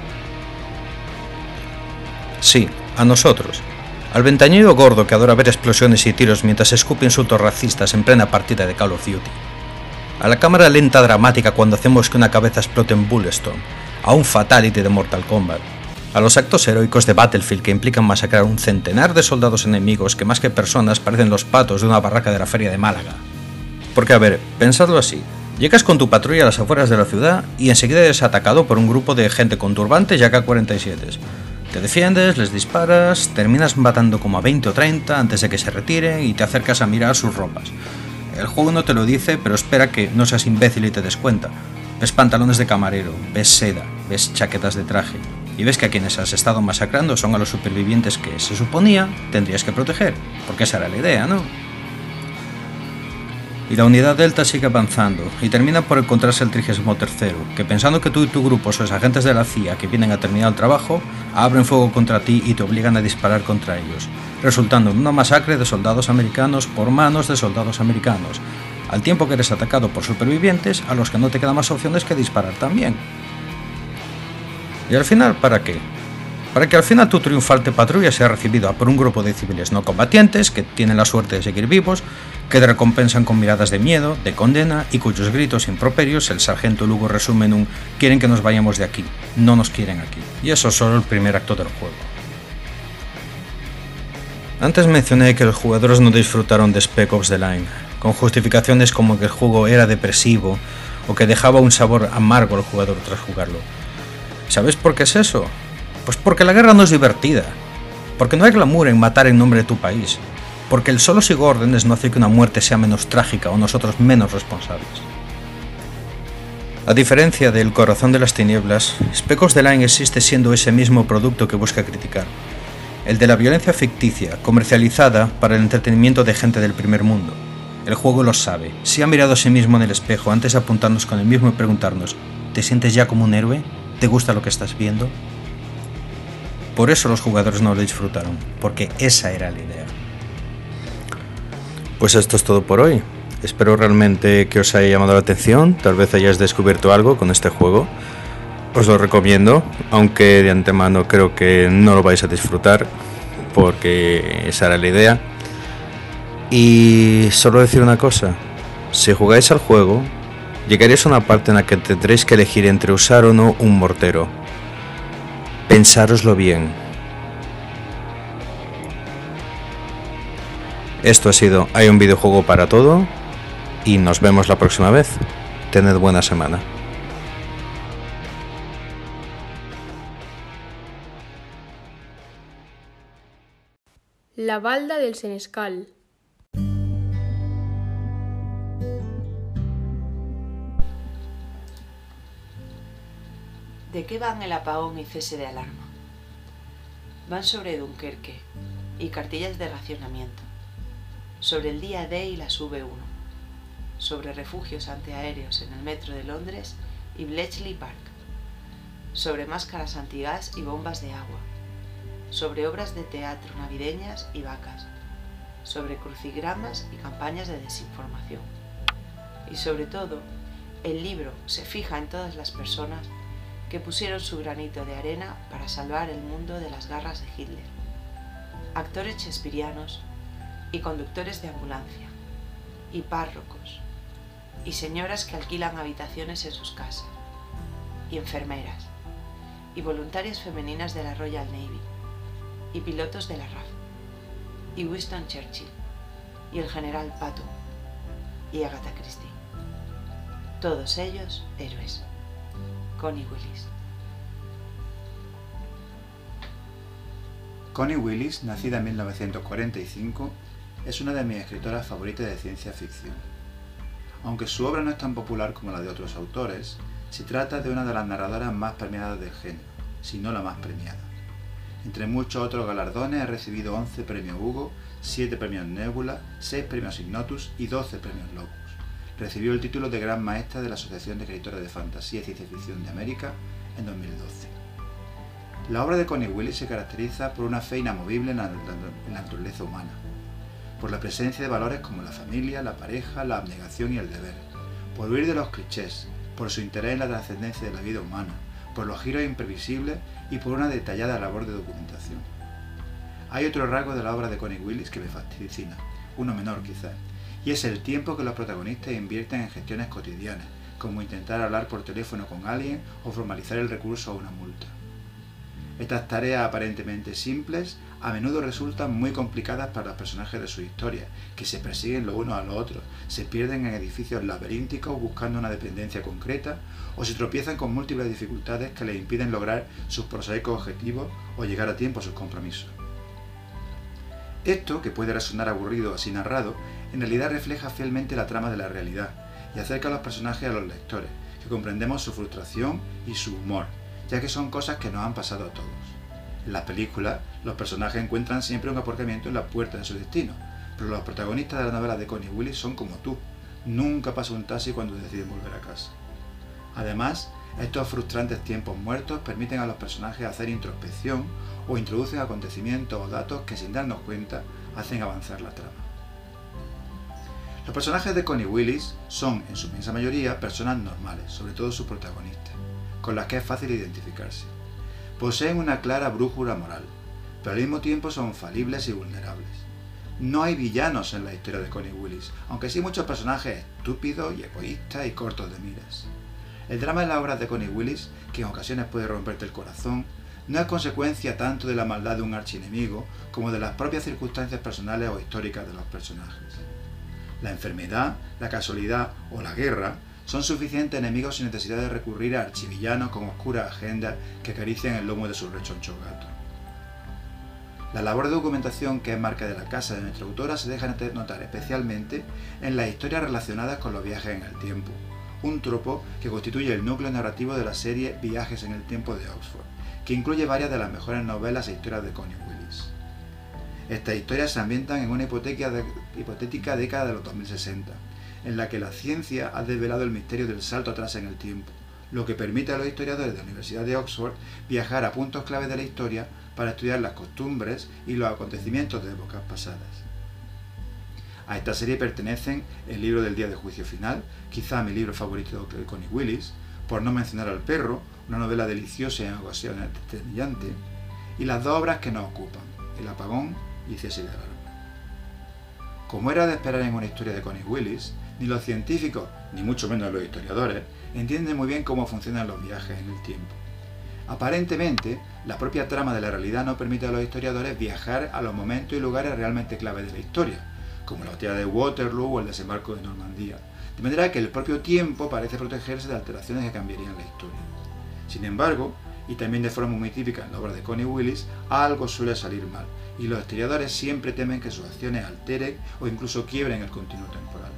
Sí, a nosotros. Al ventañero gordo que adora ver explosiones y tiros mientras escupe insultos racistas en plena partida de Call of Duty. A la cámara lenta dramática cuando hacemos que una cabeza explote en Bulletstorm, a un Fatality de Mortal Kombat, a los actos heroicos de Battlefield que implican masacrar un centenar de soldados enemigos que más que personas parecen los patos de una barraca de la feria de Málaga. Porque a ver, pensadlo así, llegas con tu patrulla a las afueras de la ciudad y enseguida eres atacado por un grupo de gente con turbantes y A K cuarenta y siete. Te defiendes, les disparas, terminas matando como a veinte o treinta antes de que se retiren y te acercas a mirar sus ropas. El juego no te lo dice, pero espera que no seas imbécil y te des cuenta. Ves pantalones de camarero, ves seda, ves chaquetas de traje, y ves que a quienes has estado masacrando son a los supervivientes que, se suponía, tendrías que proteger, porque esa era la idea, ¿no? Y la unidad Delta sigue avanzando, y termina por encontrarse el trigésimo tercero, que pensando que tú y tu grupo sois agentes de la C I A que vienen a terminar el trabajo, abren fuego contra ti y te obligan a disparar contra ellos, resultando en una masacre de soldados americanos por manos de soldados americanos, al tiempo que eres atacado por supervivientes a los que no te quedan más opciones que disparar también. ¿Y al final para qué? Para que al final tu triunfante patrulla sea recibida por un grupo de civiles no combatientes que tienen la suerte de seguir vivos, que te recompensan con miradas de miedo, de condena y cuyos gritos improperios el sargento Lugo resume en un "quieren que nos vayamos de aquí, no nos quieren aquí". Y eso es solo el primer acto del juego. Antes mencioné que los jugadores no disfrutaron de Spec Ops: The Line, con justificaciones como que el juego era depresivo o que dejaba un sabor amargo al jugador tras jugarlo. ¿Sabes por qué es eso? Pues porque la guerra no es divertida, porque no hay glamour en matar en nombre de tu país, porque el solo sigo órdenes no hace que una muerte sea menos trágica o nosotros menos responsables. A diferencia del Corazón de las Tinieblas, Spec Ops: The Line existe siendo ese mismo producto que busca criticar, el de la violencia ficticia, comercializada para el entretenimiento de gente del primer mundo. El juego lo sabe, si ha mirado a sí mismo en el espejo antes de apuntarnos con el mismo y preguntarnos: ¿te sientes ya como un héroe? ¿Te gusta lo que estás viendo? Por eso los jugadores no lo disfrutaron, porque esa era la idea. Pues esto es todo por hoy. Espero realmente que os haya llamado la atención, tal vez hayáis descubierto algo con este juego. Os lo recomiendo, aunque de antemano creo que no lo vais a disfrutar, porque esa era la idea. Y solo decir una cosa: si jugáis al juego, llegaréis a una parte en la que tendréis que elegir entre usar o no un mortero. Pensároslo bien. Esto ha sido Hay un videojuego para todo, y nos vemos la próxima vez. Tened buena semana. La balda del Senescal. ¿De qué van el apagón y cese de alarma? Van sobre Dunkerque y cartillas de racionamiento, sobre el día D y las V uno, sobre refugios antiaéreos en el metro de Londres y Bletchley Park, sobre máscaras antigas y bombas de agua, sobre obras de teatro navideñas y vacas, sobre crucigramas y campañas de desinformación. Y sobre todo, el libro se fija en todas las personas que pusieron su granito de arena para salvar el mundo de las garras de Hitler. Actores shakespearianos y conductores de ambulancia, y párrocos, y señoras que alquilan habitaciones en sus casas, y enfermeras, y voluntarias femeninas de la Royal Navy, y pilotos de la R A F, y Winston Churchill, y el general Patton, y Agatha Christie. Todos ellos héroes. Connie Willis. Connie Willis, nacida en mil novecientos cuarenta y cinco, es una de mis escritoras favoritas de ciencia ficción. Aunque su obra no es tan popular como la de otros autores, se trata de una de las narradoras más premiadas del género, si no la más premiada. Entre muchos otros galardones ha recibido once premios Hugo, siete premios Nebula, seis premios Ignotus y doce premios Locus. Recibió el título de Gran Maestra de la Asociación de Escritores de Fantasía y Ciencia Ficción de América en dos mil doce. La obra de Connie Willis se caracteriza por una fe inamovible en la, en la naturaleza humana, por la presencia de valores como la familia, la pareja, la abnegación y el deber, por huir de los clichés, por su interés en la trascendencia de la vida humana, por los giros imprevisibles y por una detallada labor de documentación. Hay otro rasgo de la obra de Connie Willis que me fascina, uno menor quizás, y es el tiempo que los protagonistas invierten en gestiones cotidianas, como intentar hablar por teléfono con alguien o formalizar el recurso a una multa. Estas tareas aparentemente simples a menudo resultan muy complicadas para los personajes de su historia, que se persiguen los unos a los otros, se pierden en edificios laberínticos buscando una dependencia concreta o se tropiezan con múltiples dificultades que les impiden lograr sus prosaicos objetivos o llegar a tiempo a sus compromisos. Esto, que puede resonar aburrido así narrado, en realidad refleja fielmente la trama de la realidad y acerca a los personajes a los lectores, que comprendemos su frustración y su humor, ya que son cosas que nos han pasado a todos. En las películas, los personajes encuentran siempre un aparcamiento en la puerta de su destino, pero los protagonistas de la novela de Connie Willis son como tú, nunca pasa un taxi cuando deciden volver a casa. Además, estos frustrantes tiempos muertos permiten a los personajes hacer introspección o introducen acontecimientos o datos que sin darnos cuenta hacen avanzar la trama. Los personajes de Connie Willis son, en su inmensa mayoría, personas normales, sobre todo sus protagonistas, con las que es fácil identificarse. Poseen una clara brújula moral, pero al mismo tiempo son falibles y vulnerables. No hay villanos en la historia de Connie Willis, aunque sí muchos personajes estúpidos y egoístas y cortos de miras. El drama de las obras de Connie Willis, que en ocasiones puede romperte el corazón, no es consecuencia tanto de la maldad de un archienemigo como de las propias circunstancias personales o históricas de los personajes. La enfermedad, la casualidad o la guerra son suficientes enemigos sin necesidad de recurrir a archivillanos con oscuras agendas que acarician el lomo de sus rechonchos gatos. La labor de documentación que es marca de la casa de nuestra autora se deja notar especialmente en las historias relacionadas con los viajes en el tiempo, un tropo que constituye el núcleo narrativo de la serie Viajes en el tiempo de Oxford, que incluye varias de las mejores novelas e historias de Connie Willis. Estas historias se ambientan en una hipotética década de los dos mil sesenta, en la que la ciencia ha desvelado el misterio del salto atrás en el tiempo, lo que permite a los historiadores de la Universidad de Oxford viajar a puntos clave de la historia para estudiar las costumbres y los acontecimientos de épocas pasadas. A esta serie pertenecen El libro del día de juicio final, quizá mi libro favorito de Connie Willis, Por no mencionar al perro, una novela deliciosa y en ocasiones desternillante, y las dos obras que nos ocupan, El apagón y Cese de alarma. Como era de esperar en una historia de Connie Willis, ni los científicos, ni mucho menos los historiadores, entienden muy bien cómo funcionan los viajes en el tiempo. Aparentemente, la propia trama de la realidad no permite a los historiadores viajar a los momentos y lugares realmente claves de la historia, como la batalla de Waterloo o el desembarco de Normandía, de manera que el propio tiempo parece protegerse de alteraciones que cambiarían la historia. Sin embargo, y también de forma muy típica en la obra de Connie Willis, algo suele salir mal, y los historiadores siempre temen que sus acciones alteren o incluso quiebren el continuo temporal.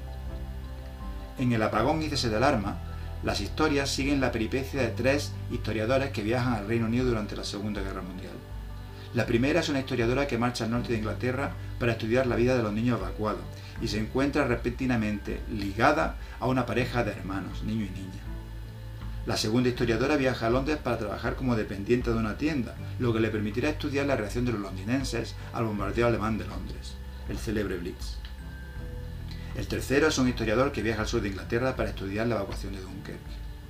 En El apagón y Cese de alarma, las historias siguen la peripecia de tres historiadores que viajan al Reino Unido durante la Segunda Guerra Mundial. La primera es una historiadora que marcha al norte de Inglaterra para estudiar la vida de los niños evacuados y se encuentra repentinamente ligada a una pareja de hermanos, niño y niña. La segunda historiadora viaja a Londres para trabajar como dependiente de una tienda, lo que le permitirá estudiar la reacción de los londinenses al bombardeo alemán de Londres, el célebre Blitz. El tercero es un historiador que viaja al sur de Inglaterra para estudiar la evacuación de Dunkerque.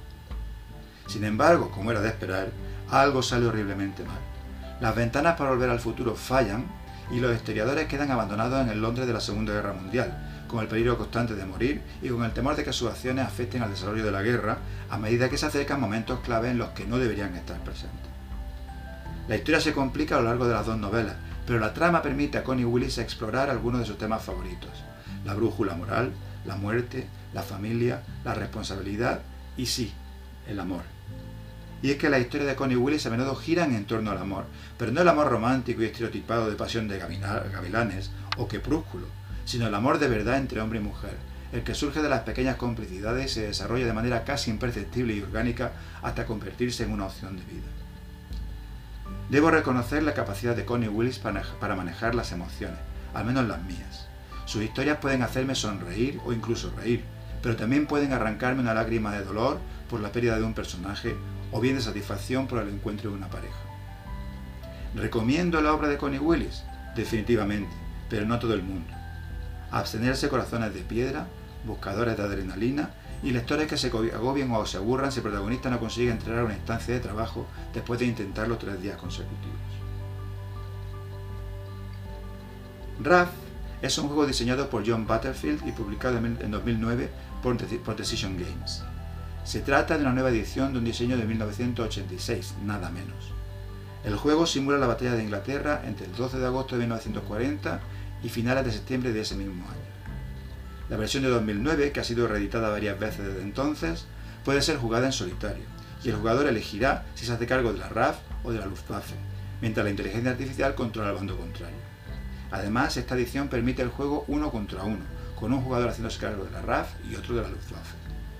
Sin embargo, como era de esperar, algo sale horriblemente mal. Las ventanas para volver al futuro fallan y los historiadores quedan abandonados en el Londres de la Segunda Guerra Mundial, con el peligro constante de morir y con el temor de que sus acciones afecten al desarrollo de la guerra a medida que se acercan momentos clave en los que no deberían estar presentes. La historia se complica a lo largo de las dos novelas, pero la trama permite a Connie Willis explorar algunos de sus temas favoritos: la brújula moral, la muerte, la familia, la responsabilidad y sí, el amor. Y es que las historias de Connie Willis a menudo giran en torno al amor, pero no el amor romántico y estereotipado de pasión de gavilanes o crepúsculo, sino el amor de verdad entre hombre y mujer, el que surge de las pequeñas complicidades y se desarrolla de manera casi imperceptible y orgánica hasta convertirse en una opción de vida. Debo reconocer la capacidad de Connie Willis para, para manejar las emociones, al menos las mías. Sus historias pueden hacerme sonreír o incluso reír, pero también pueden arrancarme una lágrima de dolor por la pérdida de un personaje o bien de satisfacción por el encuentro de una pareja. ¿Recomiendo la obra de Connie Willis? Definitivamente, pero no a todo el mundo. Abstenerse corazones de piedra, buscadores de adrenalina y lectores que se agobien o se aburran si el protagonista no consigue entrar a una instancia de trabajo después de intentarlo tres días consecutivos. Raft es un juego diseñado por John Butterfield y publicado en dos mil nueve por Decision Games. Se trata de una nueva edición de un diseño de mil novecientos ochenta y seis, nada menos. El juego simula la batalla de Inglaterra entre el doce de agosto de mil novecientos cuarenta y finales de septiembre de ese mismo año. La versión de dos mil nueve, que ha sido reeditada varias veces desde entonces, puede ser jugada en solitario, y el jugador elegirá si se hace cargo de la R A F o de la Luftwaffe, mientras la inteligencia artificial controla el bando contrario. Además, esta edición permite el juego uno contra uno, con un jugador haciéndose cargo de la R A F y otro de la Luftwaffe.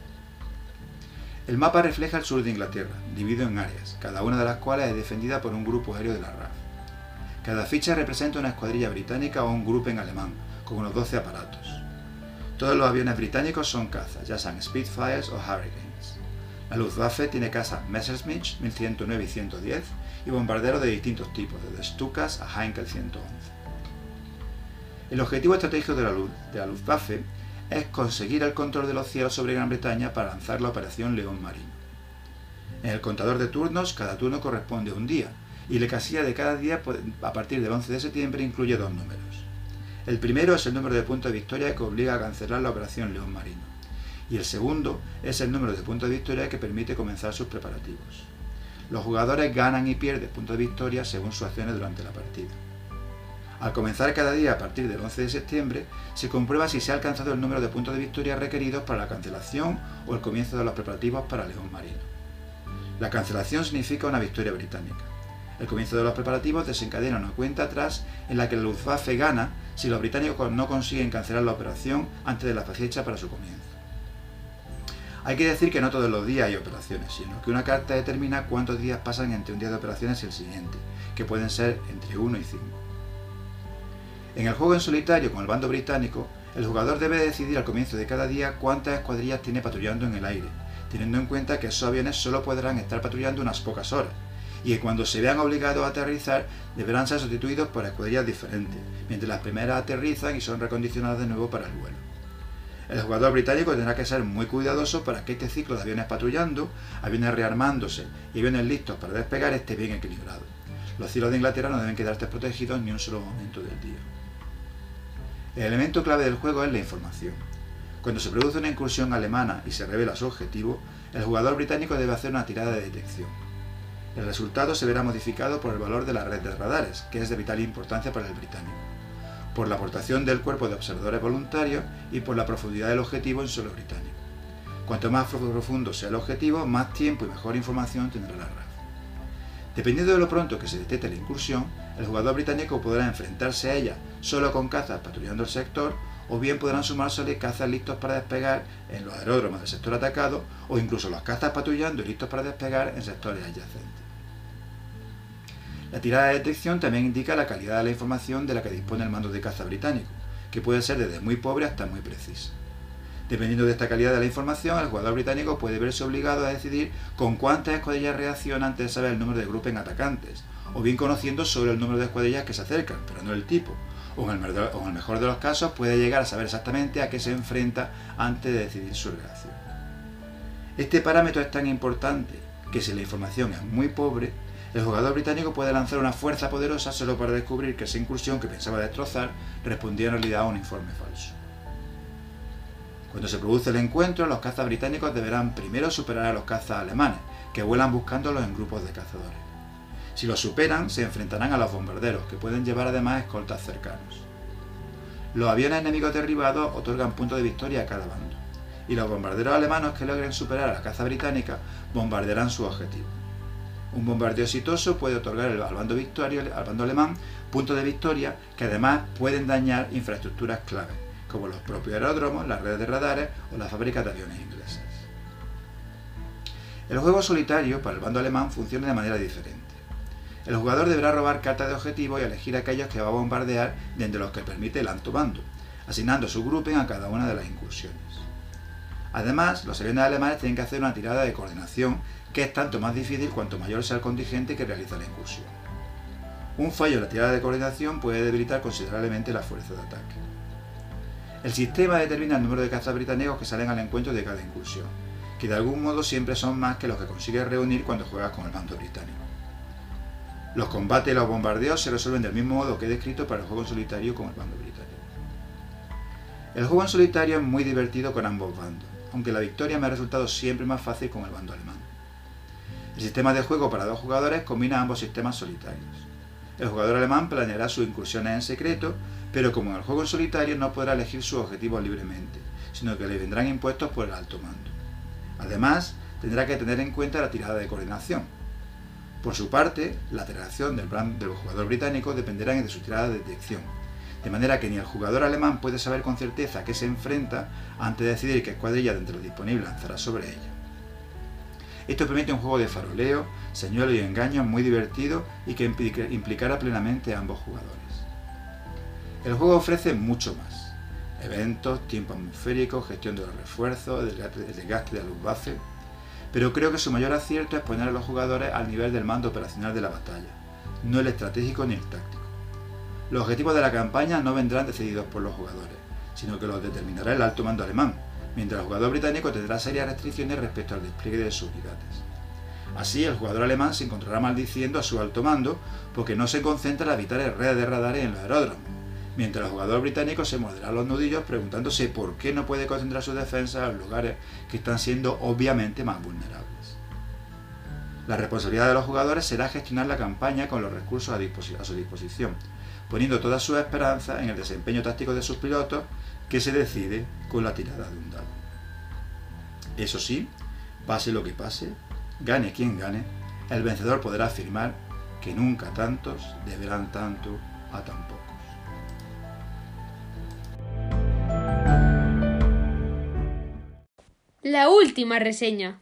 El mapa refleja el sur de Inglaterra, dividido en áreas, cada una de las cuales es defendida por un grupo aéreo de la R A F. Cada ficha representa una escuadrilla británica o un grupo en alemán, con unos doce aparatos. Todos los aviones británicos son cazas, ya sean Spitfires o Hurricanes. La Luftwaffe tiene cazas Messerschmitt mil ciento nueve y ciento diez y bombarderos de distintos tipos, desde Stukas a Heinkel ciento once. El objetivo estratégico de la, de la Luftwaffe es conseguir el control de los cielos sobre Gran Bretaña para lanzar la Operación León Marino. En el contador de turnos, cada turno corresponde a un día, y la casilla de cada día a partir del once de septiembre incluye dos números. El primero es el número de puntos de victoria que obliga a cancelar la Operación León Marino, y el segundo es el número de puntos de victoria que permite comenzar sus preparativos. Los jugadores ganan y pierden puntos de victoria según sus acciones durante la partida. Al comenzar cada día a partir del once de septiembre, se comprueba si se ha alcanzado el número de puntos de victoria requeridos para la cancelación o el comienzo de los preparativos para León Marino. La cancelación significa una victoria británica. El comienzo de los preparativos desencadena una cuenta atrás en la que la Luftwaffe gana si los británicos no consiguen cancelar la operación antes de la fecha para su comienzo. Hay que decir que no todos los días hay operaciones, sino que una carta determina cuántos días pasan entre un día de operaciones y el siguiente, que pueden ser entre uno y cinco. En el juego en solitario con el bando británico, el jugador debe decidir al comienzo de cada día cuántas escuadrillas tiene patrullando en el aire, teniendo en cuenta que esos aviones solo podrán estar patrullando unas pocas horas, y que cuando se vean obligados a aterrizar deberán ser sustituidos por escuadrillas diferentes, mientras las primeras aterrizan y son recondicionadas de nuevo para el vuelo. El jugador británico tendrá que ser muy cuidadoso para que este ciclo de aviones patrullando, aviones rearmándose y aviones listos para despegar esté bien equilibrado. Los cielos de Inglaterra no deben quedar desprotegidos ni un solo momento del día. El elemento clave del juego es la información. Cuando se produce una incursión alemana y se revela su objetivo, el jugador británico debe hacer una tirada de detección. El resultado se verá modificado por el valor de la red de radares, que es de vital importancia para el británico, por la aportación del cuerpo de observadores voluntarios y por la profundidad del objetivo en suelo británico. Cuanto más profundo sea el objetivo, más tiempo y mejor información tendrá la R A F. Dependiendo de lo pronto que se detecte la incursión, el jugador británico podrá enfrentarse a ella solo con cazas patrullando el sector, o bien podrán sumársele cazas listos para despegar en los aeródromos del sector atacado, o incluso los cazas patrullando y listos para despegar en sectores adyacentes. La tirada de detección también indica la calidad de la información de la que dispone el mando de caza británico, que puede ser desde muy pobre hasta muy precisa. Dependiendo de esta calidad de la información, el jugador británico puede verse obligado a decidir con cuántas escuadrillas reacciona antes de saber el número de grupos en atacantes, o bien conociendo solo el número de escuadrillas que se acercan, pero no el tipo, o en el, o en el mejor de los casos puede llegar a saber exactamente a qué se enfrenta antes de decidir su reacción. Este parámetro es tan importante que si la información es muy pobre, el jugador británico puede lanzar una fuerza poderosa solo para descubrir que esa incursión que pensaba destrozar respondía en realidad a un informe falso. Cuando se produce el encuentro, los cazas británicos deberán primero superar a los cazas alemanes, que vuelan buscándolos en grupos de cazadores. Si los superan, se enfrentarán a los bombarderos, que pueden llevar además escoltas cercanos. Los aviones enemigos derribados otorgan puntos de victoria a cada bando, y los bombarderos alemanes que logren superar a la caza británica bombardearán su objetivo. Un bombardeo exitoso puede otorgar al bando, victoria, al bando alemán puntos de victoria que además pueden dañar infraestructuras clave, como los propios aeródromos, las redes de radares o las fábricas de aviones inglesas. El juego solitario para el bando alemán funciona de manera diferente. El jugador deberá robar cartas de objetivo y elegir aquellos que va a bombardear de entre los que permite el alto mando, asignando su grouping a cada una de las incursiones. Además, los aviones alemanes tienen que hacer una tirada de coordinación que es tanto más difícil cuanto mayor sea el contingente que realiza la incursión. Un fallo en la tirada de coordinación puede debilitar considerablemente la fuerza de ataque. El sistema determina el número de cazas británicos que salen al encuentro de cada incursión, que de algún modo siempre son más que los que consigues reunir cuando juegas con el bando británico. Los combates y los bombardeos se resuelven del mismo modo que he descrito para el juego en solitario con el bando británico. El juego en solitario es muy divertido con ambos bandos, aunque la victoria me ha resultado siempre más fácil con el bando alemán. El sistema de juego para dos jugadores combina ambos sistemas solitarios. El jugador alemán planeará sus incursiones en secreto, pero como en el juego en solitario no podrá elegir sus objetivos libremente, sino que le vendrán impuestos por el alto mando. Además, tendrá que tener en cuenta la tirada de coordinación. Por su parte, la reacción del, del jugador británico dependerá de su tirada de detección, de manera que ni el jugador alemán puede saber con certeza a qué se enfrenta antes de decidir qué escuadrilla de entre los disponibles lanzará sobre ella. Esto permite un juego de faroleo, señuelo y engaño muy divertido y que implicará plenamente a ambos jugadores. El juego ofrece mucho más: eventos, tiempo atmosférico, gestión de los refuerzos, el desgaste de la Luftwaffe, pero creo que su mayor acierto es poner a los jugadores al nivel del mando operacional de la batalla, no el estratégico ni el táctico. Los objetivos de la campaña no vendrán decididos por los jugadores, sino que los determinará el alto mando alemán, mientras el jugador británico tendrá serias restricciones respecto al despliegue de sus unidades. Así, el jugador alemán se encontrará maldiciendo a su alto mando porque no se concentra en las vitales redes de radares en los aeródromos, mientras el jugador británico se morderá los nudillos preguntándose por qué no puede concentrar sus defensas en lugares que están siendo obviamente más vulnerables. La responsabilidad de los jugadores será gestionar la campaña con los recursos a, disposi- a su disposición, poniendo toda su esperanza en el desempeño táctico de sus pilotos, que se decide con la tirada de un dado. Eso sí, pase lo que pase, gane quien gane, el vencedor podrá afirmar que nunca tantos deberán tanto a tan pocos. La última reseña.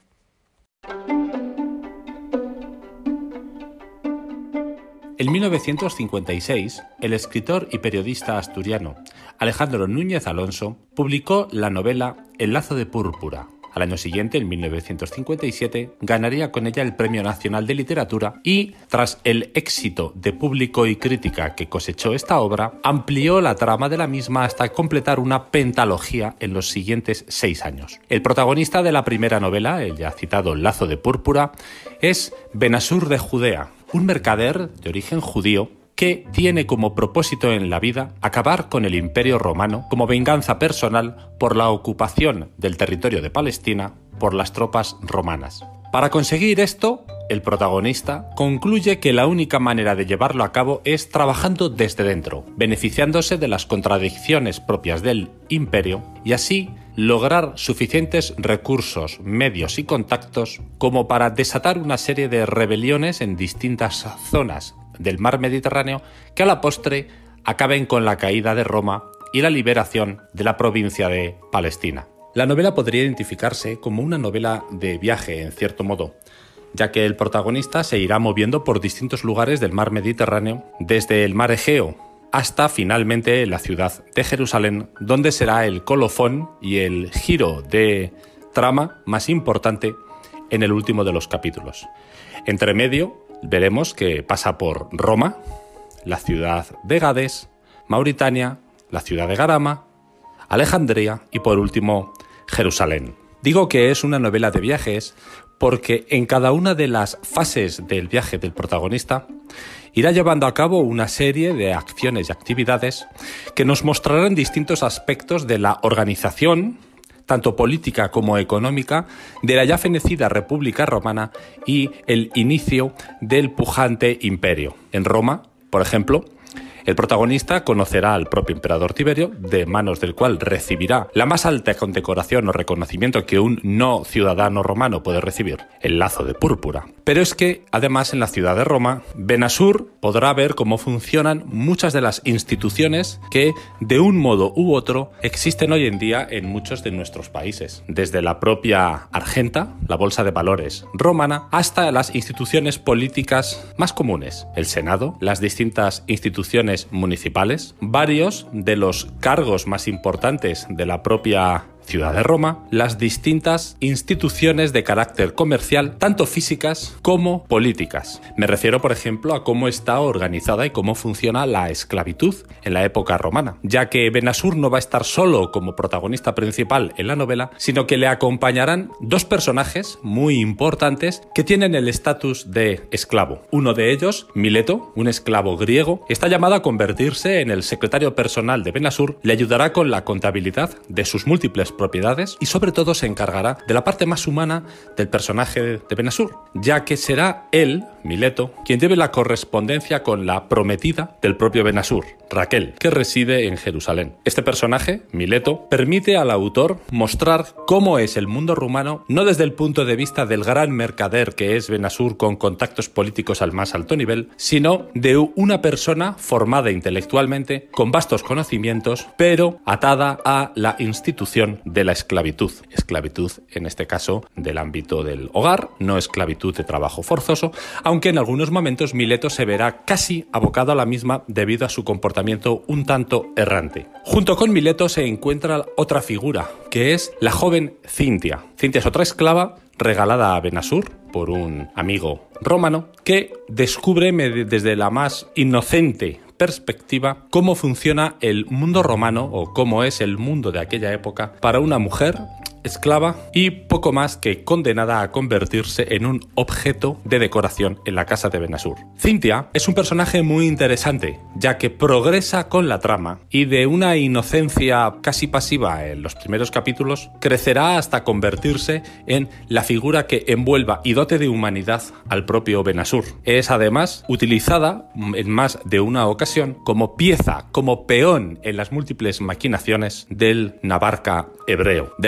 En mil novecientos cincuenta y seis, el escritor y periodista asturiano Alejandro Núñez Alonso publicó la novela El lazo de púrpura. Al año siguiente, en mil novecientos cincuenta y siete, ganaría con ella el Premio Nacional de Literatura y, tras el éxito de público y crítica que cosechó esta obra, amplió la trama de la misma hasta completar una pentalogía en los siguientes seis años. El protagonista de la primera novela, el ya citado Lazo de púrpura, es Benasur de Judea, un mercader de origen judío que tiene como propósito en la vida acabar con el Imperio Romano como venganza personal por la ocupación del territorio de Palestina por las tropas romanas. Para conseguir esto, el protagonista concluye que la única manera de llevarlo a cabo es trabajando desde dentro, beneficiándose de las contradicciones propias del imperio y así lograr suficientes recursos, medios y contactos como para desatar una serie de rebeliones en distintas zonas del mar Mediterráneo que a la postre acaben con la caída de Roma y la liberación de la provincia de Palestina. La novela podría identificarse como una novela de viaje, en cierto modo, ya que el protagonista se irá moviendo por distintos lugares del mar Mediterráneo, desde el mar Egeo hasta finalmente la ciudad de Jerusalén, donde será el colofón y el giro de trama más importante en el último de los capítulos. Entre medio, veremos que pasa por Roma, la ciudad de Gades, Mauritania, la ciudad de Garama, Alejandría y por último Jerusalén. Digo que es una novela de viajes porque en cada una de las fases del viaje del protagonista irá llevando a cabo una serie de acciones y actividades que nos mostrarán distintos aspectos de la organización, tanto política como económica, de la ya fenecida República Romana y el inicio del pujante imperio. En Roma, por ejemplo, el protagonista conocerá al propio emperador Tiberio, de manos del cual recibirá la más alta condecoración o reconocimiento que un no ciudadano romano puede recibir, el lazo de púrpura. Pero es que, además, en la ciudad de Roma, Benasur podrá ver cómo funcionan muchas de las instituciones que, de un modo u otro, existen hoy en día en muchos de nuestros países. Desde la propia Argenta, la bolsa de valores romana, hasta las instituciones políticas más comunes, el Senado, las distintas instituciones municipales, varios de los cargos más importantes de la propia ciudad de Roma, las distintas instituciones de carácter comercial, tanto físicas como políticas. Me refiero, por ejemplo, a cómo está organizada y cómo funciona la esclavitud en la época romana, ya que Benasur no va a estar solo como protagonista principal en la novela, sino que le acompañarán dos personajes muy importantes que tienen el estatus de esclavo. Uno de ellos, Mileto, un esclavo griego, está llamado a convertirse en el secretario personal de Benasur, le ayudará con la contabilidad de sus múltiples propiedades y sobre todo se encargará de la parte más humana del personaje de Benasur, ya que será él, Mileto, quien lleve la correspondencia con la prometida del propio Benasur, Raquel, que reside en Jerusalén. Este personaje, Mileto, permite al autor mostrar cómo es el mundo rumano no desde el punto de vista del gran mercader que es Benasur con contactos políticos al más alto nivel, sino de una persona formada intelectualmente, con vastos conocimientos, pero atada a la institución de la esclavitud. Esclavitud, en este caso, del ámbito del hogar, no esclavitud de trabajo forzoso, aunque en algunos momentos Mileto se verá casi abocado a la misma debido a su comportamiento un tanto errante. Junto con Mileto se encuentra otra figura, que es la joven Cintia. Cintia es otra esclava regalada a Benasur por un amigo romano que descubre desde la más inocente perspectiva cómo funciona el mundo romano o cómo es el mundo de aquella época para una mujer esclava y poco más que condenada a convertirse en un objeto de decoración en la casa de Benasur. Cintia es un personaje muy interesante, ya que progresa con la trama y de una inocencia casi pasiva en los primeros capítulos, crecerá hasta convertirse en la figura que envuelva y dote de humanidad al propio Benasur. Es además utilizada en más de una ocasión como pieza, como peón en las múltiples maquinaciones del navarca hebreo. De lejos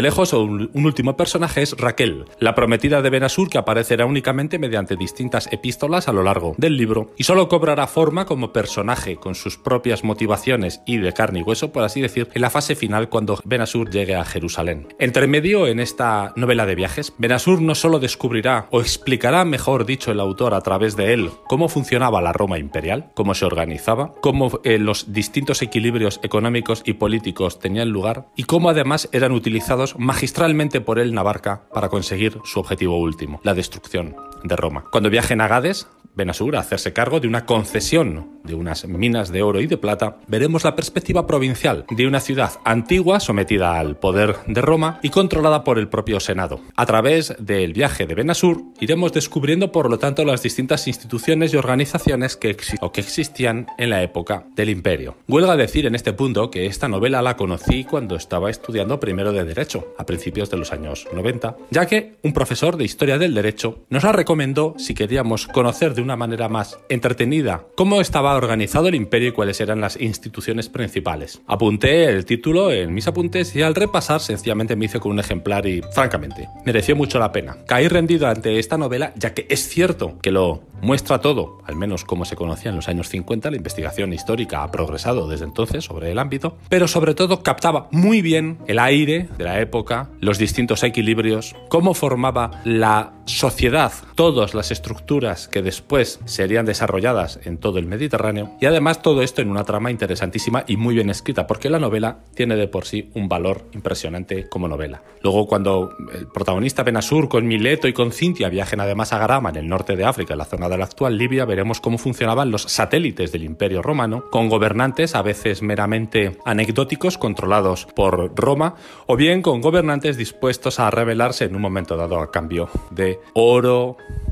un, un último personaje es Raquel, la prometida de Ben-Asur, que aparecerá únicamente mediante distintas epístolas a lo largo del libro y solo cobrará forma como personaje con sus propias motivaciones y de carne y hueso, por así decir, en la fase final cuando Ben-Asur llegue a Jerusalén. Entre medio, en esta novela de viajes, Ben-Asur no solo descubrirá, o explicará, mejor dicho el autor a través de él, cómo funcionaba la Roma imperial, cómo se organizaba, cómo eh, los distintos equilibrios económicos y políticos tenían lugar y cómo además eran utilizados magistralmente por él Navarca para conseguir su objetivo último, la destrucción de Roma. Cuando viajen a Gades, Ben-Asur a hacerse cargo de una concesión de unas minas de oro y de plata, veremos la perspectiva provincial de una ciudad antigua sometida al poder de Roma y controlada por el propio Senado. A través del viaje de Ben-Asur iremos descubriendo, por lo tanto, las distintas instituciones y organizaciones que, exi- o que existían en la época del Imperio. Huelga decir en este punto que esta novela la conocí cuando estaba estudiando primero de Derecho, a principios de los años noventa, ya que un profesor de Historia del Derecho nos la recomendó si queríamos conocer de una manera más entretenida cómo estaba organizado el imperio y cuáles eran las instituciones principales. Apunté el título en mis apuntes y al repasar sencillamente me hice con un ejemplar y, francamente, mereció mucho la pena. Caí rendido ante esta novela, ya que es cierto que lo muestra todo, al menos como se conocía en los años cincuenta, la investigación histórica ha progresado desde entonces sobre el ámbito, pero sobre todo captaba muy bien el aire de la época, los distintos equilibrios, cómo formaba la sociedad, todas las estructuras que después serían desarrolladas en todo el Mediterráneo, y además todo esto en una trama interesantísima y muy bien escrita, porque la novela tiene de por sí un valor impresionante como novela. Luego, cuando el protagonista Ben-Asur con Mileto y con Cintia viajen además a Garama, en el norte de África, en la zona de la actual Libia, veremos cómo funcionaban los satélites del Imperio Romano, con gobernantes a veces meramente anecdóticos controlados por Roma, o bien con gobernantes dispuestos a rebelarse en un momento dado a cambio de oro,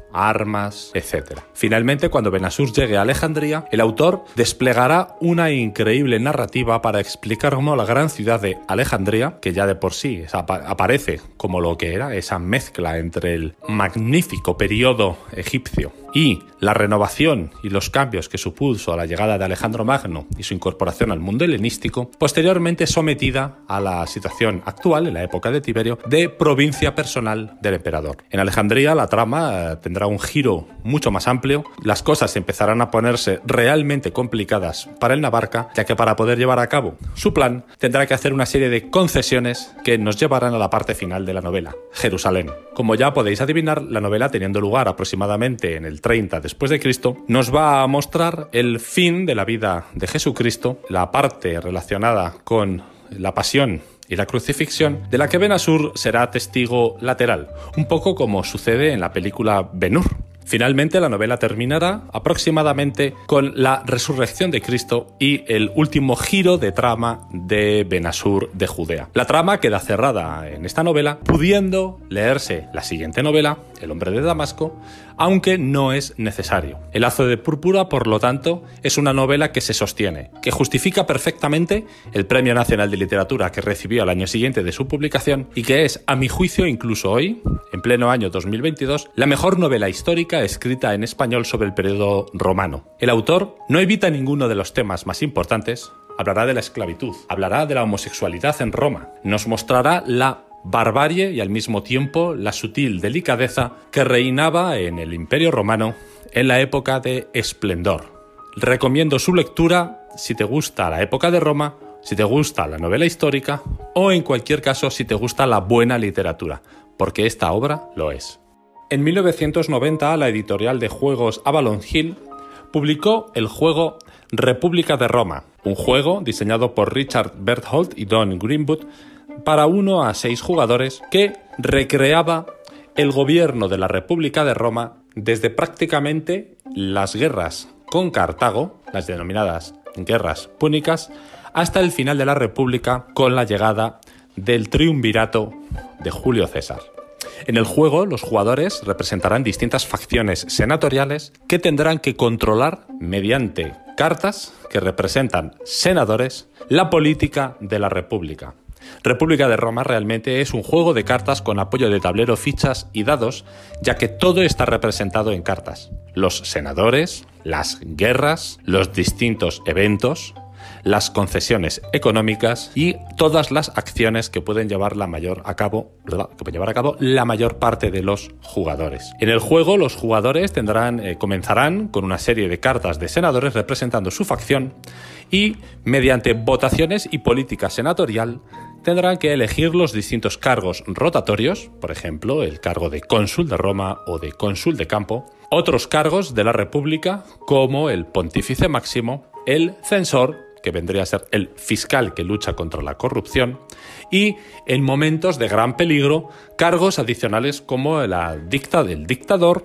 armas, etcétera. Finalmente, cuando Ben-Asur llegue a Alejandría, el autor desplegará una increíble narrativa para explicar cómo la gran ciudad de Alejandría, que ya de por sí aparece como lo que era, esa mezcla entre el magnífico periodo egipcio y la renovación y los cambios que supuso a la llegada de Alejandro Magno y su incorporación al mundo helenístico, posteriormente sometida a la situación actual, en la época de Tiberio, de provincia personal del emperador. En Alejandría la trama eh, tendrá un giro mucho más amplio, las cosas empezarán a ponerse realmente complicadas para el Navarca, ya que para poder llevar a cabo su plan tendrá que hacer una serie de concesiones que nos llevarán a la parte final de la novela, Jerusalén. Como ya podéis adivinar, la novela, teniendo lugar aproximadamente en el treinta después de Cristo, nos va a mostrar el fin de la vida de Jesucristo, la parte relacionada con la pasión y la crucifixión, de la que Ben-Asur será testigo lateral, un poco como sucede en la película Ben-Hur. Finalmente, la novela terminará aproximadamente con la resurrección de Cristo y el último giro de trama de Ben-Asur de Judea. La trama queda cerrada en esta novela, pudiendo leerse la siguiente novela, El hombre de Damasco, aunque no es necesario. El lazo de púrpura, por lo tanto, es una novela que se sostiene, que justifica perfectamente el Premio Nacional de Literatura que recibió al año siguiente de su publicación y que es, a mi juicio, incluso hoy, en pleno año dos mil veintidós, la mejor novela histórica escrita en español sobre el periodo romano. El autor no evita ninguno de los temas más importantes. Hablará de la esclavitud, hablará de la homosexualidad en Roma, nos mostrará la barbarie y al mismo tiempo la sutil delicadeza que reinaba en el Imperio Romano en la época de esplendor. Recomiendo su lectura si te gusta la época de Roma, si te gusta la novela histórica o, en cualquier caso, si te gusta la buena literatura, porque esta obra lo es. En mil novecientos noventa, la editorial de juegos Avalon Hill publicó el juego República de Roma, un juego diseñado por Richard Berthold y Don Greenwood para uno a seis jugadores que recreaba el gobierno de la República de Roma desde prácticamente las guerras con Cartago, las denominadas guerras púnicas, hasta el final de la República con la llegada del triunvirato de Julio César. En el juego, los jugadores representarán distintas facciones senatoriales que tendrán que controlar, mediante cartas que representan senadores, la política de la República. República de Roma realmente es un juego de cartas con apoyo de tablero, fichas y dados, ya que todo está representado en cartas. Los senadores, las guerras, los distintos eventos, las concesiones económicas y todas las acciones que pueden llevar, la mayor a cabo, ¿verdad? que pueden llevar a cabo la mayor parte de los jugadores. En el juego, los jugadores tendrán, eh, comenzarán con una serie de cartas de senadores representando su facción y, mediante votaciones y política senatorial, tendrán que elegir los distintos cargos rotatorios, por ejemplo, el cargo de cónsul de Roma o de cónsul de campo, otros cargos de la República como el pontífice máximo, el censor, que vendría a ser el fiscal que lucha contra la corrupción, y en momentos de gran peligro, cargos adicionales como la dicta del dictador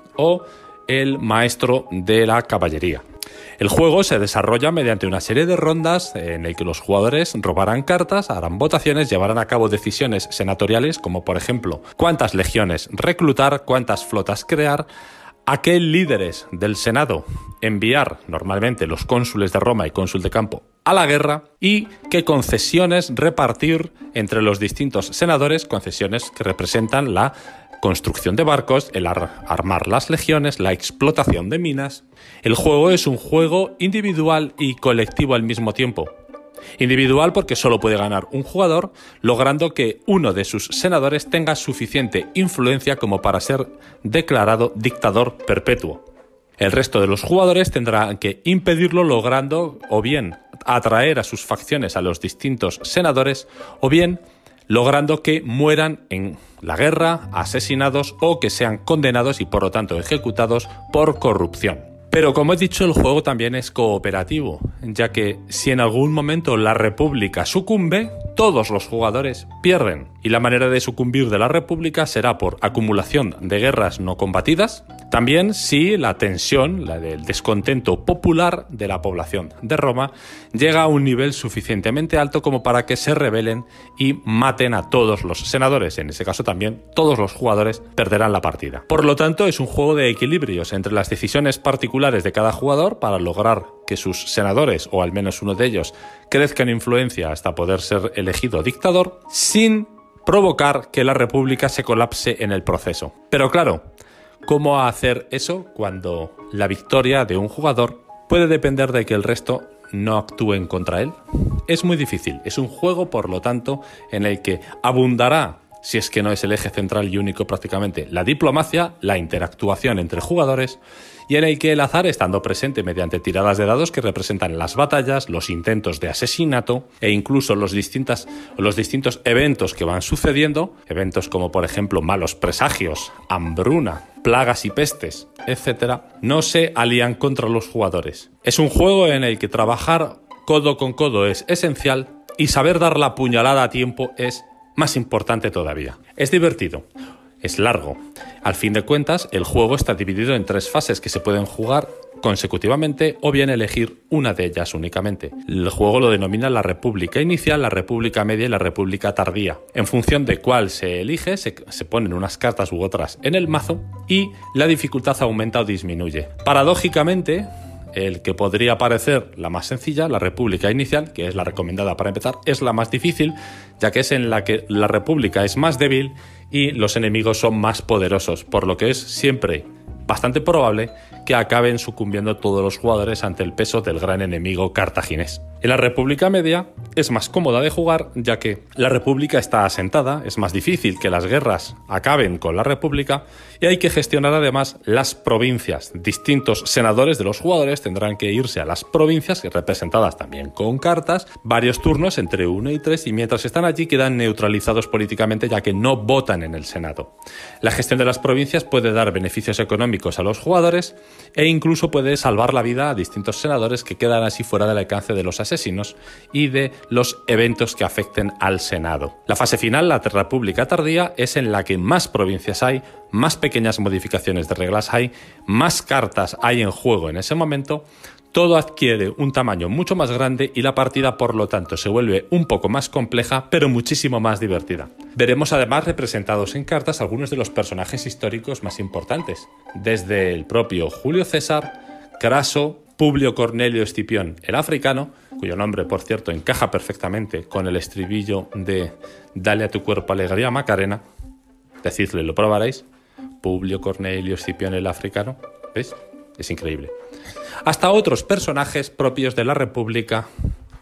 o el maestro de la caballería. El juego se desarrolla mediante una serie de rondas en el que los jugadores robarán cartas, harán votaciones, llevarán a cabo decisiones senatoriales como por ejemplo cuántas legiones reclutar, cuántas flotas crear, a qué líderes del Senado enviar, normalmente los cónsules de Roma y cónsul de campo, a la guerra y qué concesiones repartir entre los distintos senadores, concesiones que representan la construcción de barcos, el ar- armar las legiones, la explotación de minas. El juego es un juego individual y colectivo al mismo tiempo. Individual porque solo puede ganar un jugador, logrando que uno de sus senadores tenga suficiente influencia como para ser declarado dictador perpetuo. El resto de los jugadores tendrán que impedirlo, logrando o bien atraer a sus facciones a los distintos senadores o bien logrando que mueran en la guerra, asesinados o que sean condenados y por lo tanto ejecutados por corrupción. Pero como he dicho, el juego también es cooperativo, ya que si en algún momento la República sucumbe, todos los jugadores pierden. Y la manera de sucumbir de la República será por acumulación de guerras no combatidas, también si la tensión, la del descontento popular de la población de Roma, llega a un nivel suficientemente alto como para que se rebelen y maten a todos los senadores. En ese caso también todos los jugadores perderán la partida. Por lo tanto, es un juego de equilibrios entre las decisiones particulares de cada jugador para lograr que sus senadores, o al menos uno de ellos, crezcan en influencia hasta poder ser elegido dictador, sin provocar que la República se colapse en el proceso. Pero claro, ¿cómo hacer eso cuando la victoria de un jugador puede depender de que el resto no actúen contra él? Es muy difícil. Es un juego, por lo tanto, en el que abundará, si es que no es el eje central y único prácticamente, la diplomacia, la interactuación entre jugadores, y en el que el azar, estando presente mediante tiradas de dados que representan las batallas, los intentos de asesinato e incluso los, distintas, los distintos eventos que van sucediendo, eventos como por ejemplo malos presagios, hambruna, plagas y pestes, etcétera, no se alían contra los jugadores. Es un juego en el que trabajar codo con codo es esencial y saber dar la puñalada a tiempo es más importante todavía. Es divertido. Es largo. Al fin de cuentas, el juego está dividido en tres fases que se pueden jugar consecutivamente o bien elegir una de ellas únicamente. El juego lo denomina la República Inicial, la República Media y la República Tardía. En función de cuál se elige, se, se ponen unas cartas u otras en el mazo y la dificultad aumenta o disminuye. Paradójicamente, el que podría parecer la más sencilla, la República Inicial, que es la recomendada para empezar, es la más difícil, ya que es en la que la República es más débil y los enemigos son más poderosos, por lo que es siempre bastante probable que acaben sucumbiendo todos los jugadores ante el peso del gran enemigo cartaginés. En la República Media es más cómoda de jugar, ya que la República está asentada, es más difícil que las guerras acaben con la República y hay que gestionar además las provincias. Distintos senadores de los jugadores tendrán que irse a las provincias, representadas también con cartas, varios turnos entre uno y tres, y mientras están allí quedan neutralizados políticamente, ya que no votan en el Senado. La gestión de las provincias puede dar beneficios económicos a los jugadores e incluso puede salvar la vida a distintos senadores que quedan así fuera del alcance de los asesinos y de los eventos que afecten al Senado. La fase final, la República Tardía, es en la que más provincias hay, más pequeñas modificaciones de reglas hay, más cartas hay en juego en ese momento. Todo adquiere un tamaño mucho más grande y la partida, por lo tanto, se vuelve un poco más compleja, pero muchísimo más divertida. Veremos además representados en cartas algunos de los personajes históricos más importantes, desde el propio Julio César, Craso, Publio Cornelio Escipión el Africano, cuyo nombre, por cierto, encaja perfectamente con el estribillo de Dale a tu cuerpo alegría, Macarena. Decidle, lo probaréis. Publio Cornelio Escipión el Africano. ¿Ves? Es increíble. Hasta otros personajes propios de la República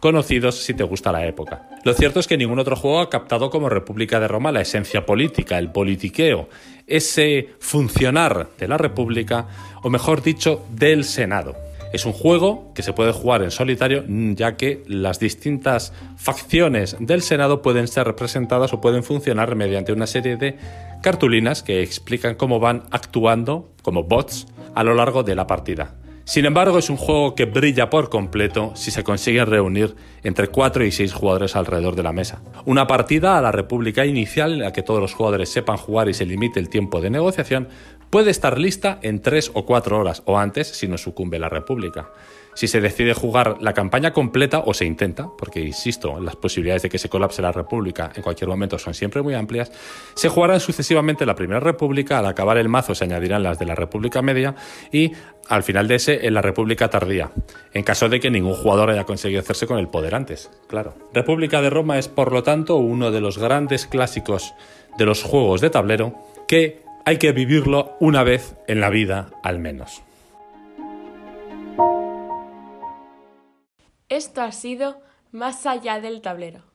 conocidos si te gusta la época. Lo cierto es que ningún otro juego ha captado como República de Roma la esencia política, el politiqueo, ese funcionar de la República, o mejor dicho, del Senado. Es un juego que se puede jugar en solitario, ya que las distintas facciones del Senado pueden ser representadas o pueden funcionar mediante una serie de cartulinas que explican cómo van actuando como bots a lo largo de la partida. Sin embargo, es un juego que brilla por completo si se consiguen reunir entre cuatro y seis jugadores alrededor de la mesa. Una partida a la República inicial en la que todos los jugadores sepan jugar y se limite el tiempo de negociación puede estar lista en tres o cuatro horas o antes si no sucumbe la República. Si se decide jugar la campaña completa, o se intenta, porque insisto, las posibilidades de que se colapse la República en cualquier momento son siempre muy amplias, se jugarán sucesivamente la Primera República, al acabar el mazo se añadirán las de la República Media y al final de ese en la República Tardía, en caso de que ningún jugador haya conseguido hacerse con el poder antes, claro. República de Roma es por lo tanto uno de los grandes clásicos de los juegos de tablero que hay que vivirlo una vez en la vida al menos. Esto ha sido Más allá del tablero.